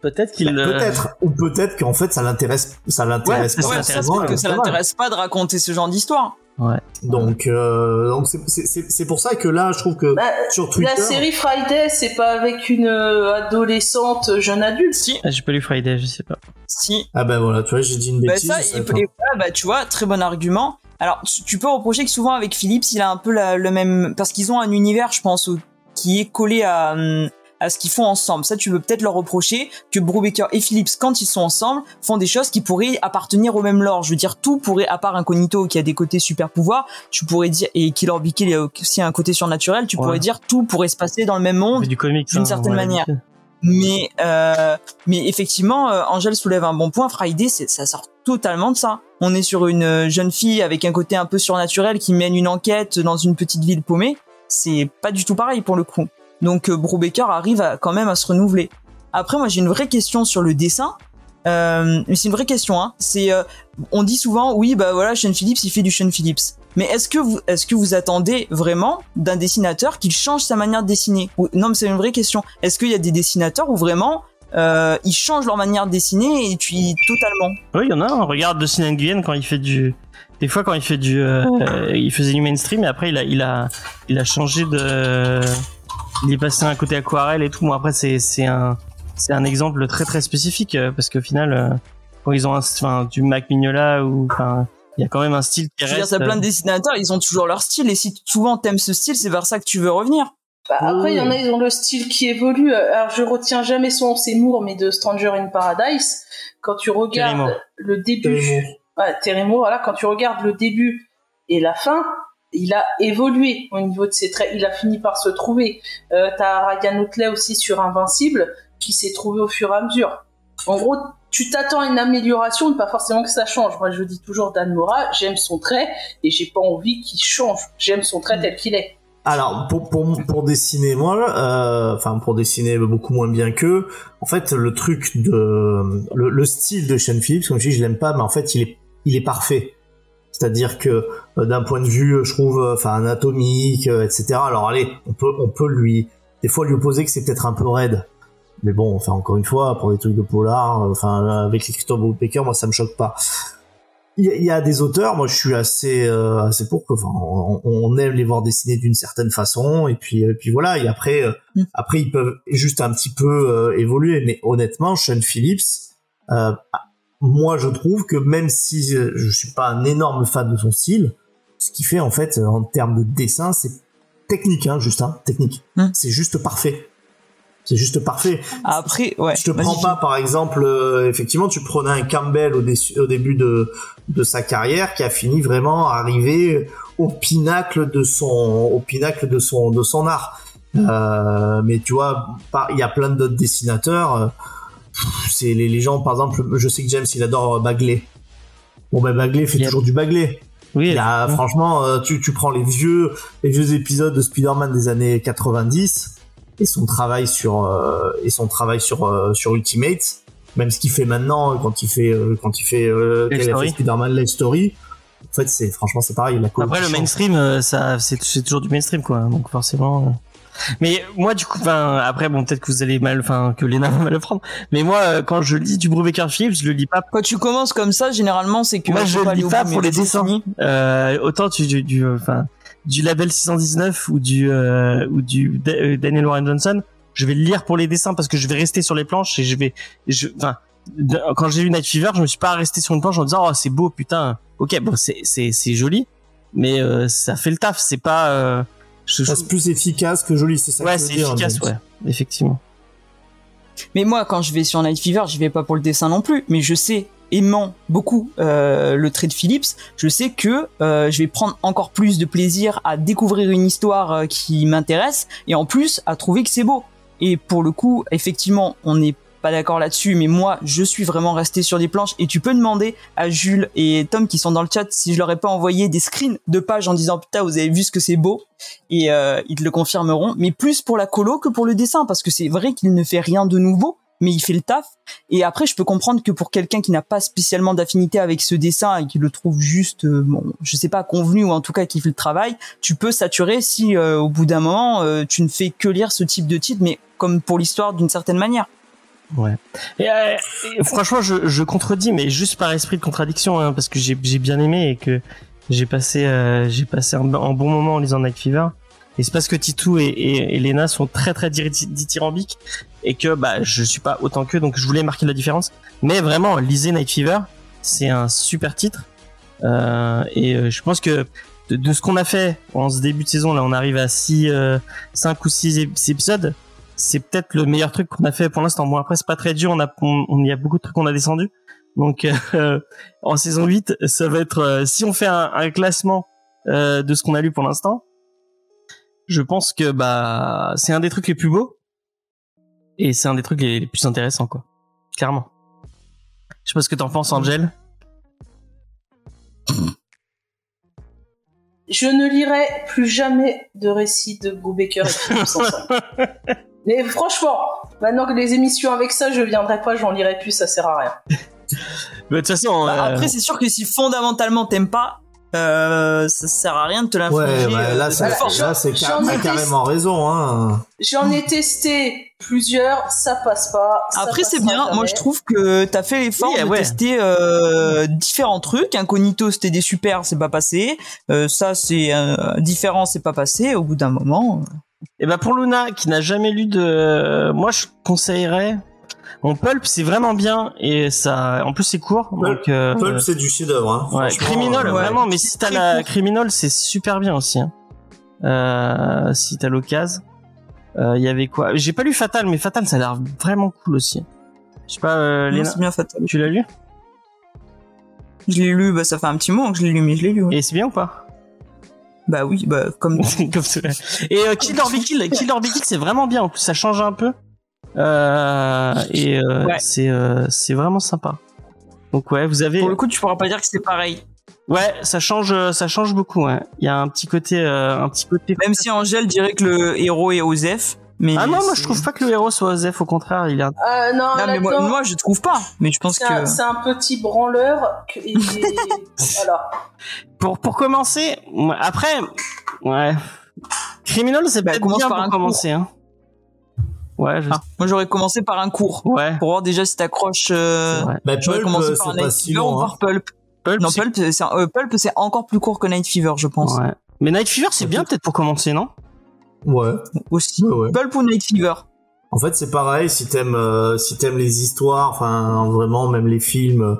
B: peut-être qu'il
E: Bah,
B: euh,
E: peut-être ou peut-être qu'en fait ça l'intéresse ça l'intéresse
B: Ouais,
E: pas
D: Ouais, ça,
E: forcément,
D: c'est que
E: et
D: ça
E: c'est
D: l'intéresse pas de raconter ce genre d'histoire.
B: ouais.
E: donc euh, donc c'est c'est c'est c'est pour ça que là je trouve que
C: Bah,
E: sur Twitter
C: la série Friday, c'est pas avec une euh, adolescente jeune adulte.
D: Si,
B: Ah, j'ai pas lu Friday, je sais pas.
D: si.
E: ah ben voilà tu vois j'ai dit une
D: Bah
E: bêtise
D: ça,
E: ça-
D: et, et voilà, bah tu vois, très bon argument. Alors, tu, tu peux reprocher que souvent avec Phillips, il a un peu la, le même, parce qu'ils ont un univers, je pense, au- qui est collé à hum, à ce qu'ils font ensemble. Ça, tu peux peut-être leur reprocher que Brubaker et Phillips, quand ils sont ensemble, font des choses qui pourraient appartenir au même lore. Je veux dire, tout pourrait, à part Incognito qui a des côtés super pouvoirs, tu pourrais dire, et Killer Be Kill, il y a aussi un côté surnaturel, tu
B: Ouais.
D: pourrais dire tout pourrait se passer dans le même
B: On
D: monde.
B: fait du comics
D: d'une
B: hein,
D: certaine
B: on va
D: manière.
B: l'habitude.
D: Mais euh, mais effectivement, euh, Angèle soulève un bon point. Friday, c'est, ça sort totalement de ça. On est sur une euh, jeune fille avec un côté un peu surnaturel qui mène une enquête dans une petite ville paumée. C'est pas du tout pareil pour le coup. Donc euh, Brubaker arrive à, quand même à se renouveler. Après, moi j'ai une vraie question sur le dessin. Euh, mais c'est une vraie question. Hein. C'est, euh, on dit souvent, oui, bah voilà, Sean Phillips, il fait du Sean Phillips. Mais est-ce que vous, est-ce que vous attendez vraiment d'un dessinateur qu'il change sa manière de dessiner? Ou, non, mais c'est une vraie question. Est-ce qu'il y a des dessinateurs où vraiment euh, ils changent leur manière de dessiner et puis totalement?
B: Oui, il y en a un. Regarde De Sine Nguyen quand il fait du. Des fois, quand il fait du. Euh, euh, il faisait du mainstream et après, il a, il a, il a changé de. Il est passé à un côté aquarelle et tout. Bon, après, c'est, c'est un, c'est un exemple très très spécifique euh, parce qu'au final, euh, quand ils ont un, enfin, du Mac Mignola ou, enfin, il y a quand même un style qui
D: Je veux dire,
B: reste.
D: t'as plein de dessinateurs, ils ont toujours leur style et si souvent t'aimes ce style, c'est vers ça que tu veux revenir.
C: Bah, après, il y en a,
E: Oui.
C: ils ont le style qui évolue. Alors, je retiens jamais son Seymour, mais de Stranger in Paradise. Quand tu regardes
B: Terry Moore.
C: le début,
E: Terry Moore.
C: ouais, Terry Moore, voilà, quand tu regardes le début et la fin, il a évolué au niveau de ses traits. Il a fini par se trouver. Euh, t'as Ryan Otley aussi sur Invincible, qui s'est trouvé au fur et à mesure. En gros, tu t'attends à une amélioration, mais pas forcément que ça change. Moi, je dis toujours Dan Mora, j'aime son trait et j'ai pas envie qu'il change. J'aime son trait tel qu'il est.
E: Alors pour pour pour dessiner moi, euh, enfin pour dessiner beaucoup moins bien qu'eux, en fait le truc de le, le style de Sean Phillips, comme je dis, je l'aime pas, mais en fait il est il est parfait. C'est-à-dire que euh, d'un point de vue, je trouve, enfin anatomique, euh, et cetera. Alors allez, on peut on peut lui des fois lui opposer que c'est peut-être un peu raide, mais bon, enfin encore une fois pour des trucs de polar, euh, enfin avec l'écriture de Brubaker, moi ça me choque pas. Il y, a, il y a des auteurs, moi je suis assez euh, assez pour que, enfin, on, on aime les voir dessiner d'une certaine façon et puis et puis voilà. Et après euh,
D: Mm.
E: après ils peuvent juste un petit peu euh, évoluer, mais honnêtement, Sean Phillips, euh, moi je trouve que même si euh, je suis pas un énorme fan de son style, ce qu'il fait en fait en termes de dessin, c'est technique, hein, juste hein, technique.
D: Mm.
E: C'est juste parfait. C'est juste parfait.
D: Après, ouais.
E: Je te
D: vas-y,
E: prends pas, par exemple, euh, effectivement, tu prenais un Campbell au, dé- au début de, de sa carrière qui a fini vraiment à arriver au pinacle de son, au pinacle de son, de son art. Euh, mais tu vois, par- il y a plein d'autres dessinateurs. euh, pff, C'est les, les gens, par exemple, je sais que James, il adore Bagley. Bon, ben, Bagley fait
B: Il y a-
E: toujours du Bagley.
B: Oui,
E: Il y a, franchement, euh, tu, tu prends les vieux, les vieux épisodes de Spider-Man des années quatre-vingt-dix et son travail sur, euh, et son travail sur, euh, sur Ultimate, même ce qu'il fait maintenant quand il fait, euh, quand il fait, euh,
B: Life
E: quand il a
B: Story.
E: fait Spider-Man Life Story. En fait, c'est, franchement, c'est pareil. La
B: Après le mainstream, euh, ça, c'est, c'est toujours du mainstream quoi. Donc forcément. euh. Mais moi du coup, enfin après bon peut-être que vous allez mal, enfin que Léna va mal le prendre. Mais moi euh, quand je lis du Brubaker Phillips, je le lis pas.
D: Quand tu commences comme ça, généralement, c'est que
B: Moi
D: faut
B: je
D: pas
B: le
D: aller
B: lis
D: au
B: pas
D: bout,
B: pour
D: mais
B: les
D: c'est
B: dessins.
D: fini.
B: Euh, autant du du, du euh, enfin du label six cent dix-neuf ou du euh, ou du Da- euh, Daniel Warren Johnson, je vais le lire pour les dessins parce que je vais rester sur les planches et je vais, je, enfin de- quand j'ai lu Night Fever, je me suis pas resté sur une planche en disant oh c'est beau putain. Ok bon c'est c'est c'est joli, mais euh, ça fait le taf. C'est pas euh, je, je-
E: C'est plus efficace que joli, c'est ça
B: ouais
E: que je veux
B: c'est
E: dire,
B: efficace
E: James.
B: ouais effectivement.
D: Mais moi, quand je vais sur Night Fever, je vais pas pour le dessin non plus. Mais je sais, aimant beaucoup euh, le trait de Phillips, je sais que euh, je vais prendre encore plus de plaisir à découvrir une histoire euh, qui m'intéresse et en plus à trouver que c'est beau. Et pour le coup, effectivement, on n'est pas d'accord là-dessus, mais moi, je suis vraiment resté sur des planches. Et tu peux demander à Jules et Tom qui sont dans le chat si je leur ai pas envoyé des screens de pages en disant putain, vous avez vu ce que c'est beau, et euh, ils te le confirmeront. Mais plus pour la colo que pour le dessin, parce que c'est vrai qu'il ne fait rien de nouveau, mais il fait le taf. Et après, je peux comprendre que pour quelqu'un qui n'a pas spécialement d'affinité avec ce dessin et qui le trouve juste, euh, bon, je sais pas, convenu ou en tout cas qui fait le travail, tu peux saturer si euh, au bout d'un moment, euh, tu ne fais que lire ce type de titre, mais comme pour l'histoire d'une certaine manière.
B: Ouais. Et, euh, et franchement, je, je contredis, mais juste par esprit de contradiction, hein, parce que j'ai, j'ai bien aimé et que j'ai passé, euh, j'ai passé un, un bon moment en lisant Night Fever. Et c'est parce que Titou et, et, et Lena sont très très dithyrambiques et que bah je suis pas autant qu'eux, donc je voulais marquer la différence. Mais vraiment, lisez Night Fever, c'est un super titre. Euh, et euh, je pense que de, de ce qu'on a fait en ce début de saison, là, on arrive à six, euh, cinq ou six épisodes. C'est peut-être le meilleur truc qu'on a fait pour l'instant. Bon, après, c'est pas très dur. On a, on, on y a beaucoup de trucs qu'on a descendu. Donc, euh, en saison huit, ça va être, euh, si on fait un, un classement, euh, de ce qu'on a lu pour l'instant, je pense que, bah, c'est un des trucs les plus beaux. Et c'est un des trucs les, les plus intéressants, quoi. Clairement. Je sais pas ce que t'en penses, Angel.
C: Je ne lirai plus jamais de récits de Brubaker et Philippe Sanson. Mais franchement, maintenant que les émissions avec ça, je viendrai pas, j'en lirai plus, ça sert à rien.
B: De toute façon,
D: bah,
B: euh...
D: après c'est sûr que si fondamentalement t'aimes pas, euh, ça sert à rien de te l'infliger.
E: Ouais, bah, là, ça,
C: voilà,
E: là c'est car- a carrément raison. Hein.
C: J'en ai testé plusieurs, ça passe pas. Ça
D: Après c'est bien,
C: jamais.
D: moi je trouve que t'as fait l'effort
B: oui,
D: de
B: ouais.
D: tester euh, différents trucs. Incognito c'était des super, c'est pas passé. Euh, ça c'est euh, différent, c'est pas passé. Au bout d'un moment.
B: Et bah pour Luna qui n'a jamais lu de, moi je conseillerais. Mon Pulp c'est vraiment bien et ça, en plus c'est court.
E: Pulp,
B: donc euh...
E: Pulp c'est du chef-d'œuvre. Hein.
B: Ouais, Criminal
E: euh,
B: vraiment,
D: ouais.
B: mais si t'as la Criminal c'est super bien aussi. Hein. Euh, si t'as l'occasion. Il euh, y avait quoi? J'ai pas lu Fatal, mais Fatal ça a l'air vraiment cool aussi. Je sais pas, euh,
D: Non,
B: Léna,
D: c'est bien Fatal.
B: tu l'as lu?
D: Je l'ai lu, bah ça fait un petit moment que je l'ai lu, mais je l'ai lu. Ouais.
B: Et c'est bien ou pas?
D: Bah oui, bah comme.
B: Comme ça. Et euh, Kill or Be Kill, Kill or Be Kill c'est vraiment bien. En plus ça change un peu. Euh, et euh,
D: ouais.
B: c'est euh, c'est vraiment sympa. Donc ouais, vous avez.
D: Pour le coup, tu pourras pas dire que c'est pareil.
B: Ouais, ça change, ça change beaucoup. Ouais. Il y a un petit côté, euh, un petit côté.
D: Même si Angèle dirait que le héros est Osef, mais.
B: Ah non, moi
D: c'est...
B: je trouve pas que le héros soit Osef. Au contraire, il est. Un...
C: Euh, non,
D: non mais moi, moi je trouve pas. Mais je pense
C: c'est
D: que.
C: Un, c'est un petit branleur. Que, et, et, voilà.
B: Pour pour commencer, après, ouais. Criminal, c'est
D: bah,
B: peut-être bien pour commencer. Hein. Ouais. Je...
D: Ah, moi j'aurais commencé par un court.
B: Ouais.
D: Pour voir déjà si t'accroches. Euh...
E: Bah,
D: j'aurais
E: Pulp,
D: commencé par
E: c'est
D: Night
E: pas si
D: Fever
E: long,
D: ou
E: hein.
D: par Pulp.
B: Pulp,
D: non,
B: c'est...
D: Pulp, c'est, un, euh, Pulp, c'est encore plus court que Night Fever, je pense.
B: Ouais. Mais Night Fever, c'est bien peut-être pour commencer, non?
E: Ouais.
D: Aussi.
E: Ouais, ouais.
D: Pulp ou Night Fever.
E: En fait, c'est pareil. Si t'aimes, euh, si t'aimes les histoires, enfin vraiment même les films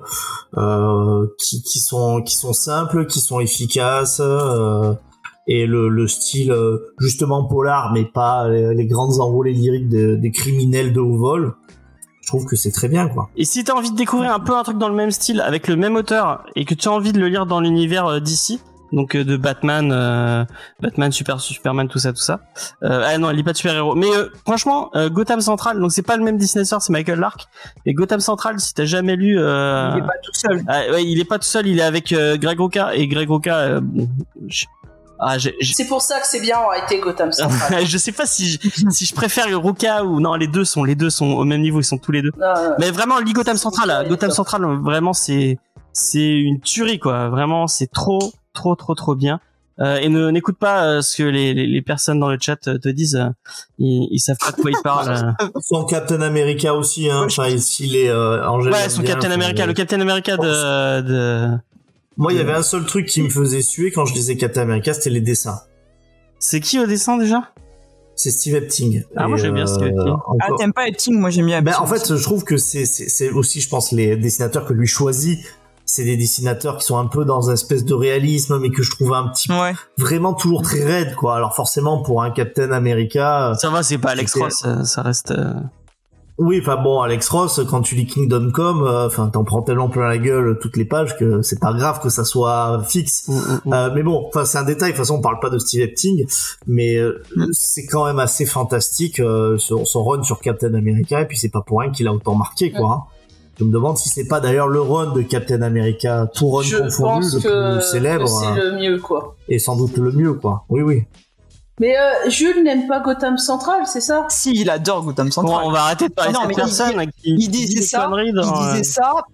E: euh, qui, qui sont, qui sont simples, qui sont efficaces, euh, et le, le style euh, justement polar, mais pas les, les grandes envolées lyriques de, des criminels de haut vol. Je trouve que c'est très bien, quoi.
B: Et si t'as envie de découvrir un peu un truc dans le même style, avec le même auteur, et que tu as envie de le lire dans l'univers euh, D C, donc euh, de Batman, euh, Batman, Super, Superman, tout ça, tout ça. Euh, ah non, il lit pas de super-héros. Mais euh, franchement, euh, Gotham Central, donc c'est pas le même dessinateur, c'est Michael Lark. Et Gotham Central, si t'as jamais lu... Euh...
D: Il est pas tout seul.
B: Ah, ouais, il est pas tout seul, il est avec euh, Greg Rucka. Et Greg Rucka... Euh, bon, je... Ah, j'ai, j'ai...
C: C'est pour ça que c'est bien en été Gotham Central.
B: Je sais pas si je, si je préfère Rucka ou non, les deux sont les deux sont au même niveau, ils sont tous les deux.
C: Non, non.
B: Mais vraiment, lit Gotham Central, là, Gotham Central, vraiment c'est c'est une tuerie, quoi. Vraiment, c'est trop trop trop trop bien. Euh, et ne n'écoute pas euh, ce que les, les les personnes dans le chat te disent. Euh, ils, ils savent pas de quoi ils parlent. Euh.
E: Son Captain America aussi, hein. Enfin, il est euh, Angèle.
B: Ouais, son Captain America, mais... le Captain America de de.
E: Moi, il y avait un seul truc qui me faisait suer quand je lisais Captain America, c'était les dessins.
B: C'est qui au dessin déjà?
E: C'est Steve Epting.
B: Ah, et moi j'aime bien Steve Epting.
E: Encore...
D: Ah, t'aimes pas Epting? Moi j'aime bien.
E: Ben, en fait, je trouve que c'est, c'est, c'est aussi, je pense, les dessinateurs que lui choisit. C'est des dessinateurs qui sont un peu dans une espèce de réalisme, mais que je trouve un petit peu
D: ouais.
E: vraiment toujours très raide, quoi. Alors forcément, pour un Captain America.
B: Ça va, c'est pas Alex Ross, ça, ça reste. Euh...
E: Oui, enfin bon, Alex Ross, quand tu lis Kingdom Come, enfin euh, t'en prends tellement plein la gueule toutes les pages que c'est pas grave que ça soit fixe.
B: Mmh, mmh.
E: Euh, mais bon, enfin c'est un détail. De toute façon, on parle pas de Steve Epting, mais euh,
D: mmh.
E: c'est quand même assez fantastique euh, son, son run sur Captain America. Et puis c'est pas pour rien qu'il a autant marqué, quoi. Mmh. Hein. Je me demande si c'est pas d'ailleurs le run de Captain America, tout run
C: Je
E: confondu,
C: pense
E: le
C: que,
E: plus célèbre.
C: que c'est
E: hein,
C: le mieux, quoi.
E: Et sans doute le mieux, quoi. Oui, oui.
C: Mais euh, Jules n'aime pas Gotham Central, c'est ça?
D: Si, il adore Gotham Central.
B: Bon, on va arrêter de parler
D: non,
B: de cette
D: mais
B: personne
D: il,
B: qui,
D: il disait
B: dit
D: ça.
B: dans,
D: il disait
B: euh...
D: ça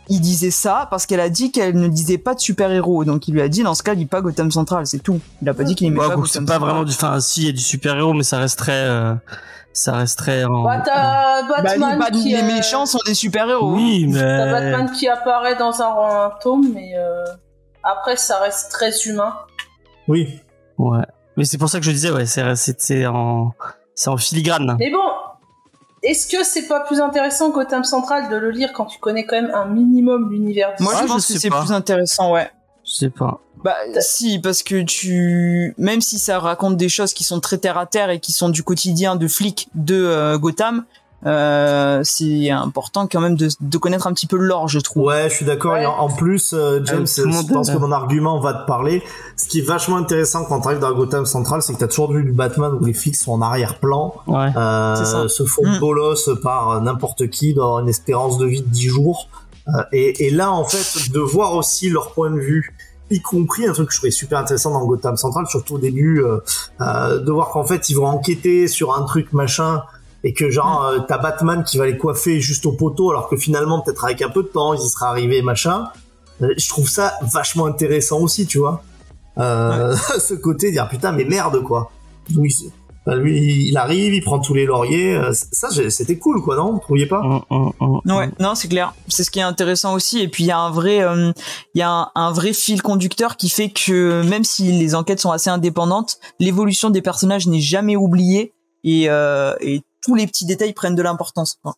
D: il disait ça parce qu'elle a dit qu'elle ne disait pas de super-héros. Donc il lui a dit dans ce cas, lis pas Gotham Central, c'est tout. Il a pas dit qu'il aimait
B: Ouais,
D: pas
B: donc
D: Gotham
B: c'est pas
D: Central.
B: vraiment du. Enfin, si, il y a du super-héros, mais ça resterait. Euh... Ça resterait en.
C: Bah, t'as
D: Bah,
C: Batman
D: les,
C: qui.
D: les
C: euh,
D: méchants sont des super-héros.
B: Oui, mais.
C: T'as Batman qui apparaît dans un, un tome, mais euh, après, ça reste très humain.
E: Oui.
B: Ouais. Mais c'est pour ça que je disais, ouais, c'est, c'est, c'est en. C'est en filigrane.
C: Mais bon, est-ce que c'est pas plus intéressant Gotham Central de le lire quand tu connais quand même un minimum l'univers du
D: Moi,
B: Ah,
D: je
B: je
D: pense
B: sais
D: que c'est
B: pas.
D: plus intéressant, ouais.
B: Je sais pas.
D: Bah si, parce que tu, même si ça raconte des choses qui sont très terre à terre et qui sont du quotidien de flics de euh, Gotham, euh, c'est important quand même de, de connaître un petit peu le lore, je trouve.
E: Ouais, je suis d'accord.
C: Ouais.
E: Et en, en plus, euh, James,
B: tout le monde
E: je pense
B: est là.
E: que mon argument va te parler. Ce qui est vachement intéressant quand t'arrives dans Gotham Central, c'est que t'as toujours vu du Batman où les flics sont en arrière-plan,
B: Ouais.
E: euh,
D: C'est ça.
E: se font
D: Mm.
E: bolos par n'importe qui dans une espérance de vie de dix jours. Euh, et, et là, en fait, de voir aussi leur point de vue, y compris un truc que je trouvais super intéressant dans Gotham Central, surtout au début, euh, euh, de voir qu'en fait, ils vont enquêter sur un truc machin, et que genre, euh, t'as Batman qui va les coiffer juste au poteau, alors que finalement, peut-être avec un peu de temps, ils y seraient arrivés, machin. Euh, je trouve ça vachement intéressant aussi, tu vois. Euh, ce côté, dire putain, mais merde, quoi. Oui, c'est- enfin, lui, il arrive, il prend tous les lauriers. euh, Ça, j'ai- c'était cool, quoi, non? Vous trouviez pas?
B: Hum, hum, hum.
D: Ouais, non, c'est clair. C'est ce qui est intéressant aussi. Et puis il y a un vrai, euh, il y a un, un vrai fil conducteur qui fait que même si les enquêtes sont assez indépendantes, l'évolution des personnages n'est jamais oubliée et, euh, et tous les petits détails prennent de l'importance. quoi.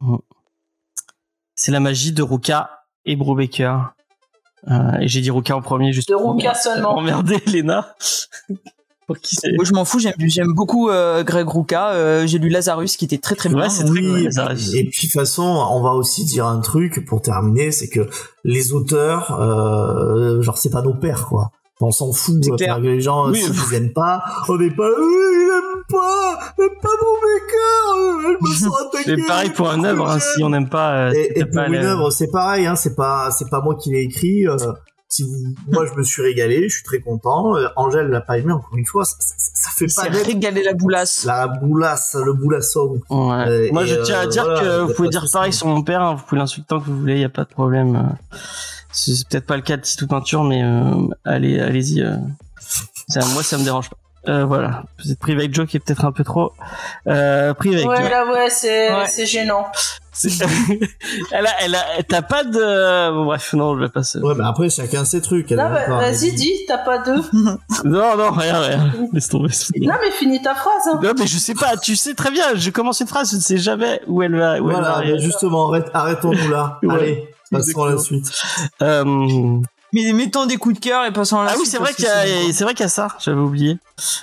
B: C'est la magie de Ruka et Brubaker. Euh, et j'ai dit Ruka en premier juste
C: De
B: pour
C: Ruka seulement.
B: emmerder Léna. Pour qui c'est
D: Moi, je m'en fous. J'aime, j'aime beaucoup euh, Greg Rucka. Euh, j'ai lu Lazarus, qui était très très
B: Ouais,
D: bien.
B: c'est très
E: Oui,
B: cool,
E: et
B: Lazarus.
E: puis, et puis de toute façon, on va aussi dire un truc pour terminer, c'est que les auteurs, euh, genre c'est pas nos pères, quoi. On s'en fout,
D: C'est
E: euh,
D: clair.
E: que les gens,
B: Oui,
E: s'ils
B: euh,
E: viennent pas, on n'est pas, oui, il aime pas, il aime pas mon maker, elle me sent attaquée.
B: C'est pareil pour un œuvre, hein, si on n'aime pas. Euh,
E: Et,
B: si
E: et
B: t'as
E: pour
B: pas
E: une
B: le-
E: œuvre, c'est pareil, hein, c'est pas, c'est pas moi qui l'ai écrit. Euh, si vous, moi, je me suis régalé, je suis très content. Euh, Angèle l'a pas aimé, encore une fois, ça, ça, ça fait
D: Il
E: pas
D: s'est
E: d'être
D: régalé la boulasse.
E: la boulasse, le boulasson.
B: Ouais.
E: Euh,
B: Moi,
E: et,
B: je tiens à
E: euh,
B: dire
E: voilà,
B: que
E: y a
B: vous
E: pas
B: pouvez
E: de
B: dire
E: souci.
B: pareil sur mon père, hein, vous pouvez l'insulter tant que vous voulez, y a pas de problème. euh. C'est c'est peut-être pas le cas de Titou Peinture, mais euh, allez, allez-y. Euh. Ça, moi, ça me dérange pas. Euh, voilà. Cette private joke est peut-être un peu trop. Euh, private
C: Ouais,
B: joke.
C: là, ouais, c'est,
D: Ouais.
C: c'est gênant.
B: C'est- elle a, elle a, t'as pas de. Bon, bref, non, je vais pas se.
E: Ouais, mais après, chacun ses trucs. elle
C: Non,
E: est
C: bah,
E: d'accord,
C: vas-y,
E: elle-
C: dis, t'as pas deux.
B: Non, non, rien, rien. Laisse tomber. c'est bon.
C: Non, mais finis ta phrase, hein.
B: Non, mais je sais pas. Tu sais très bien. Je commence une phrase, je ne sais jamais où elle va. Où elle va
E: Voilà,
B: arriver.
E: bah, justement, arrête- arrêtons-nous là.
B: Ouais.
E: Allez, passons à la
B: Exactement.
E: suite.
B: Euh,
D: Mais mettons des coups de cœur et passons à la
B: Ah oui,
D: suite,
B: c'est vrai
D: parce
B: qu'il
D: que
B: y a,
D: c'est-
B: c'est vrai qu'il y a ça. J'avais oublié.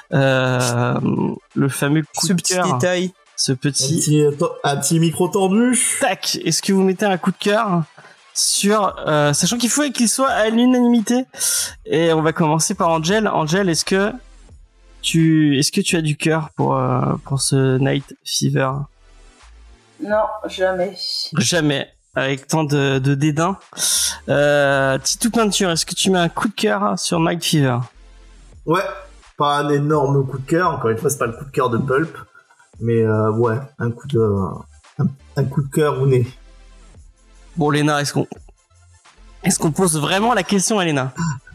B: Euh, le fameux coup
D: ce
B: de
D: petit
B: cœur.
D: détail.
B: Ce
E: Un
B: petit.
E: petit, euh, to- un petit micro tendu.
B: Tac. Est-ce que vous mettez un coup de cœur sur, euh, sachant qu'il faut qu'il soit à l'unanimité. Et on va commencer par Angel. Angel, est-ce que tu, est-ce que tu as du cœur pour euh, pour ce Night Fever?
C: Non, jamais.
B: Jamais. Avec tant de, de dédain. Euh, Titou Peinture, est-ce que tu mets un coup de cœur sur Night Fever?
E: Ouais, pas un énorme coup de cœur. Encore une fois, c'est pas le coup de cœur de Pulp. Mais euh, ouais, un coup de, un, un coup de cœur ou nez.
B: Bon, Léna, est-ce qu'on, est-ce qu'on pose vraiment la question à Léna?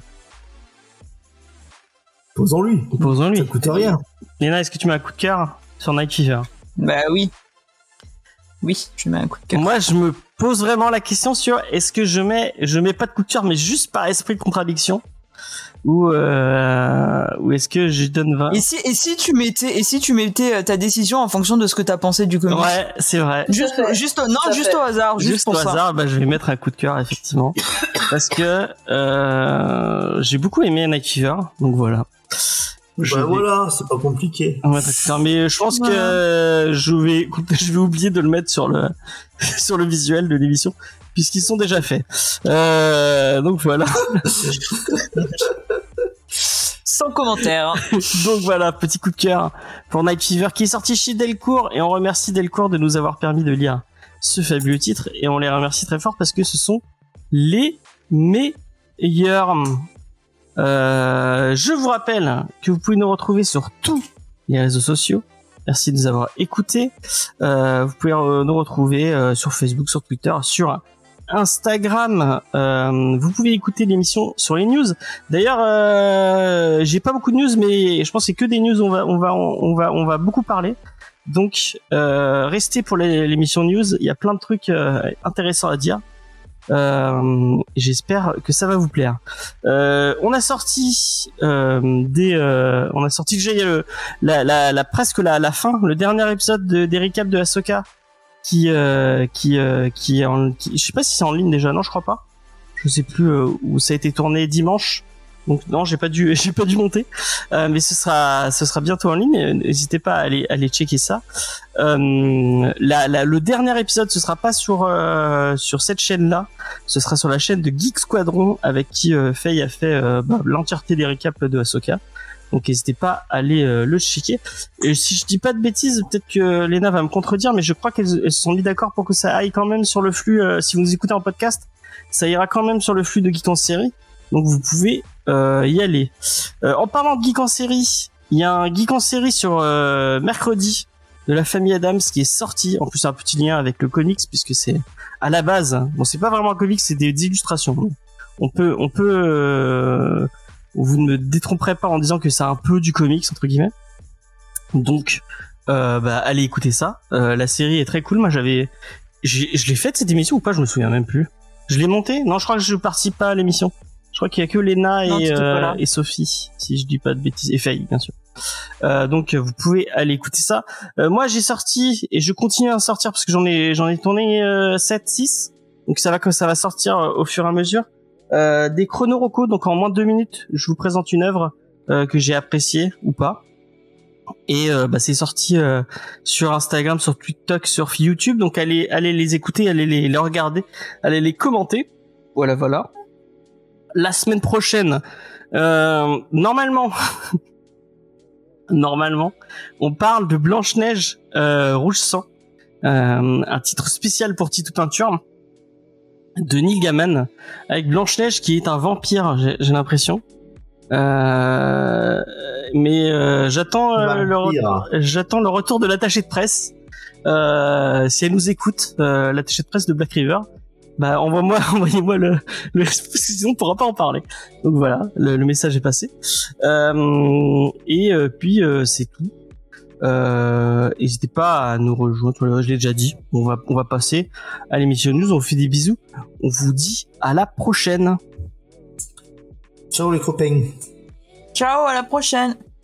E: Posons-lui.
B: Posons-lui.
E: Ça coûte rien.
B: Léna, est-ce que tu mets un coup de cœur sur Night Fever?
D: Bah oui. Oui, je mets un coup de cœur.
B: Moi, je me pose vraiment la question sur est-ce que je mets, je mets pas de coup de cœur, mais juste par esprit de contradiction, ou euh, ou est-ce que je donne vingt?
D: Et si, et si tu mettais, et si tu mettais euh, ta décision en fonction de ce que t'as pensé du comic?
B: Ouais, c'est vrai.
D: Juste,
C: Tout à fait.
D: juste, non,
C: Tout à
D: juste
C: fait.
D: au hasard, juste,
B: Juste
D: pour
B: au
D: ça.
B: hasard, bah, je vais mettre un coup de cœur effectivement, parce que euh, j'ai beaucoup aimé Night Fever, donc voilà. Je
E: Bah
B: vais-
E: voilà, c'est pas compliqué.
B: on va mettre un coup de cœur. Mais je pense
D: Voilà.
B: que euh, je vais, je vais oublier de le mettre sur le sur le visuel de l'émission, puisqu'ils sont déjà faits. Euh, donc voilà.
D: Sans commentaire.
B: Donc voilà, petit coup de cœur pour Night Fever qui est sorti chez Delcourt, et on remercie Delcourt de nous avoir permis de lire ce fabuleux titre, et on les remercie très fort parce que ce sont les meilleurs. Euh, je vous rappelle que vous pouvez nous retrouver sur tous les réseaux sociaux. Merci de nous avoir écoutés. Euh, vous pouvez euh, nous retrouver euh, sur Facebook, sur Twitter, sur Instagram, euh, vous pouvez écouter l'émission sur les news. D'ailleurs, euh, j'ai pas beaucoup de news, mais je pense que c'est que des news. On va, on va, on va, on va beaucoup parler. Donc, euh, restez pour les, l'émission news. Il y a plein de trucs euh, intéressants à dire. Euh, j'espère que ça va vous plaire. Euh, on a sorti euh, des, euh, on a sorti déjà le, la, la, la presque la, la fin, le dernier épisode de, des récaps de Ahsoka, qui, euh, qui, euh, qui est en, qui, je sais pas si c'est en ligne déjà, non, je crois pas. Je sais plus euh, où ça a été tourné dimanche. Donc non, j'ai pas dû, j'ai pas dû monter, euh, mais ce sera, ce sera bientôt en ligne. N'hésitez pas à aller, aller checker ça. Euh, la, la, le dernier épisode, ce sera pas sur, euh, sur cette chaîne-là. Ce sera sur la chaîne de Geek Squadron, avec qui euh, Faye a fait euh, bah, l'entièreté des récaps de Ahsoka. Donc n'hésitez pas à aller euh, le checker. Et si je dis pas de bêtises, peut-être que Léna va me contredire, mais je crois qu'elles elles se sont mis d'accord pour que ça aille quand même sur le flux. Euh, si vous nous écoutez en podcast, ça ira quand même sur le flux de Geek en série. Donc vous pouvez euh, y aller. Euh, en parlant de Geek en série, il y a un Geek en série sur euh, mercredi de la famille Adams qui est sorti. En plus, un petit lien avec le comics puisque c'est à la base. Bon, c'est pas vraiment un comics, c'est des, des illustrations. On peut, on peut. Euh, vous ne me détromperez pas en disant que c'est un peu du comics entre guillemets. Donc, euh, bah allez écouter ça. Euh, la série est très cool. Moi, j'avais, j'ai, je l'ai faite cette émission ou pas? Je me souviens même plus. Je l'ai montée? Non, je crois que je participe pas à l'émission. Je crois qu'il y a que Léna et, euh, et Sophie, si je dis pas de bêtises, et Faye, bien sûr. Euh, donc vous pouvez aller écouter ça. Euh, moi j'ai sorti et je continue à en sortir parce que j'en ai j'en ai tourné euh, sept six. Donc ça va que ça va sortir euh, au fur et à mesure. Euh, des chrono roco, donc en moins de deux minutes, je vous présente une œuvre euh, que j'ai appréciée ou pas. Et euh, bah c'est sorti euh, sur Instagram, sur TikTok, sur YouTube. Donc allez allez les écouter, allez les, les regarder, allez les commenter. Voilà voilà. La semaine prochaine, euh, normalement, normalement, on parle de Blanche-Neige euh, Rouge Sang, euh, un titre spécial pour Titou Peinture de Neil Gaiman, avec Blanche-Neige qui est un vampire, j'ai, j'ai l'impression. Euh, mais euh, j'attends euh, le re- j'attends le retour de l'attaché de presse. Euh, si elle nous écoute, euh, l'attaché de presse de Black River. Bah envoie-moi, envoyez-moi le, le parce que sinon on pourra pas en parler. Donc voilà, le, le message est passé. Euh, et euh, puis euh, c'est tout. Euh, n'hésitez pas à nous rejoindre. Je l'ai déjà dit. On va on va passer à l'émission news. On vous fait des bisous. On vous dit à la prochaine.
E: Ciao les copains.
D: Ciao, à la prochaine.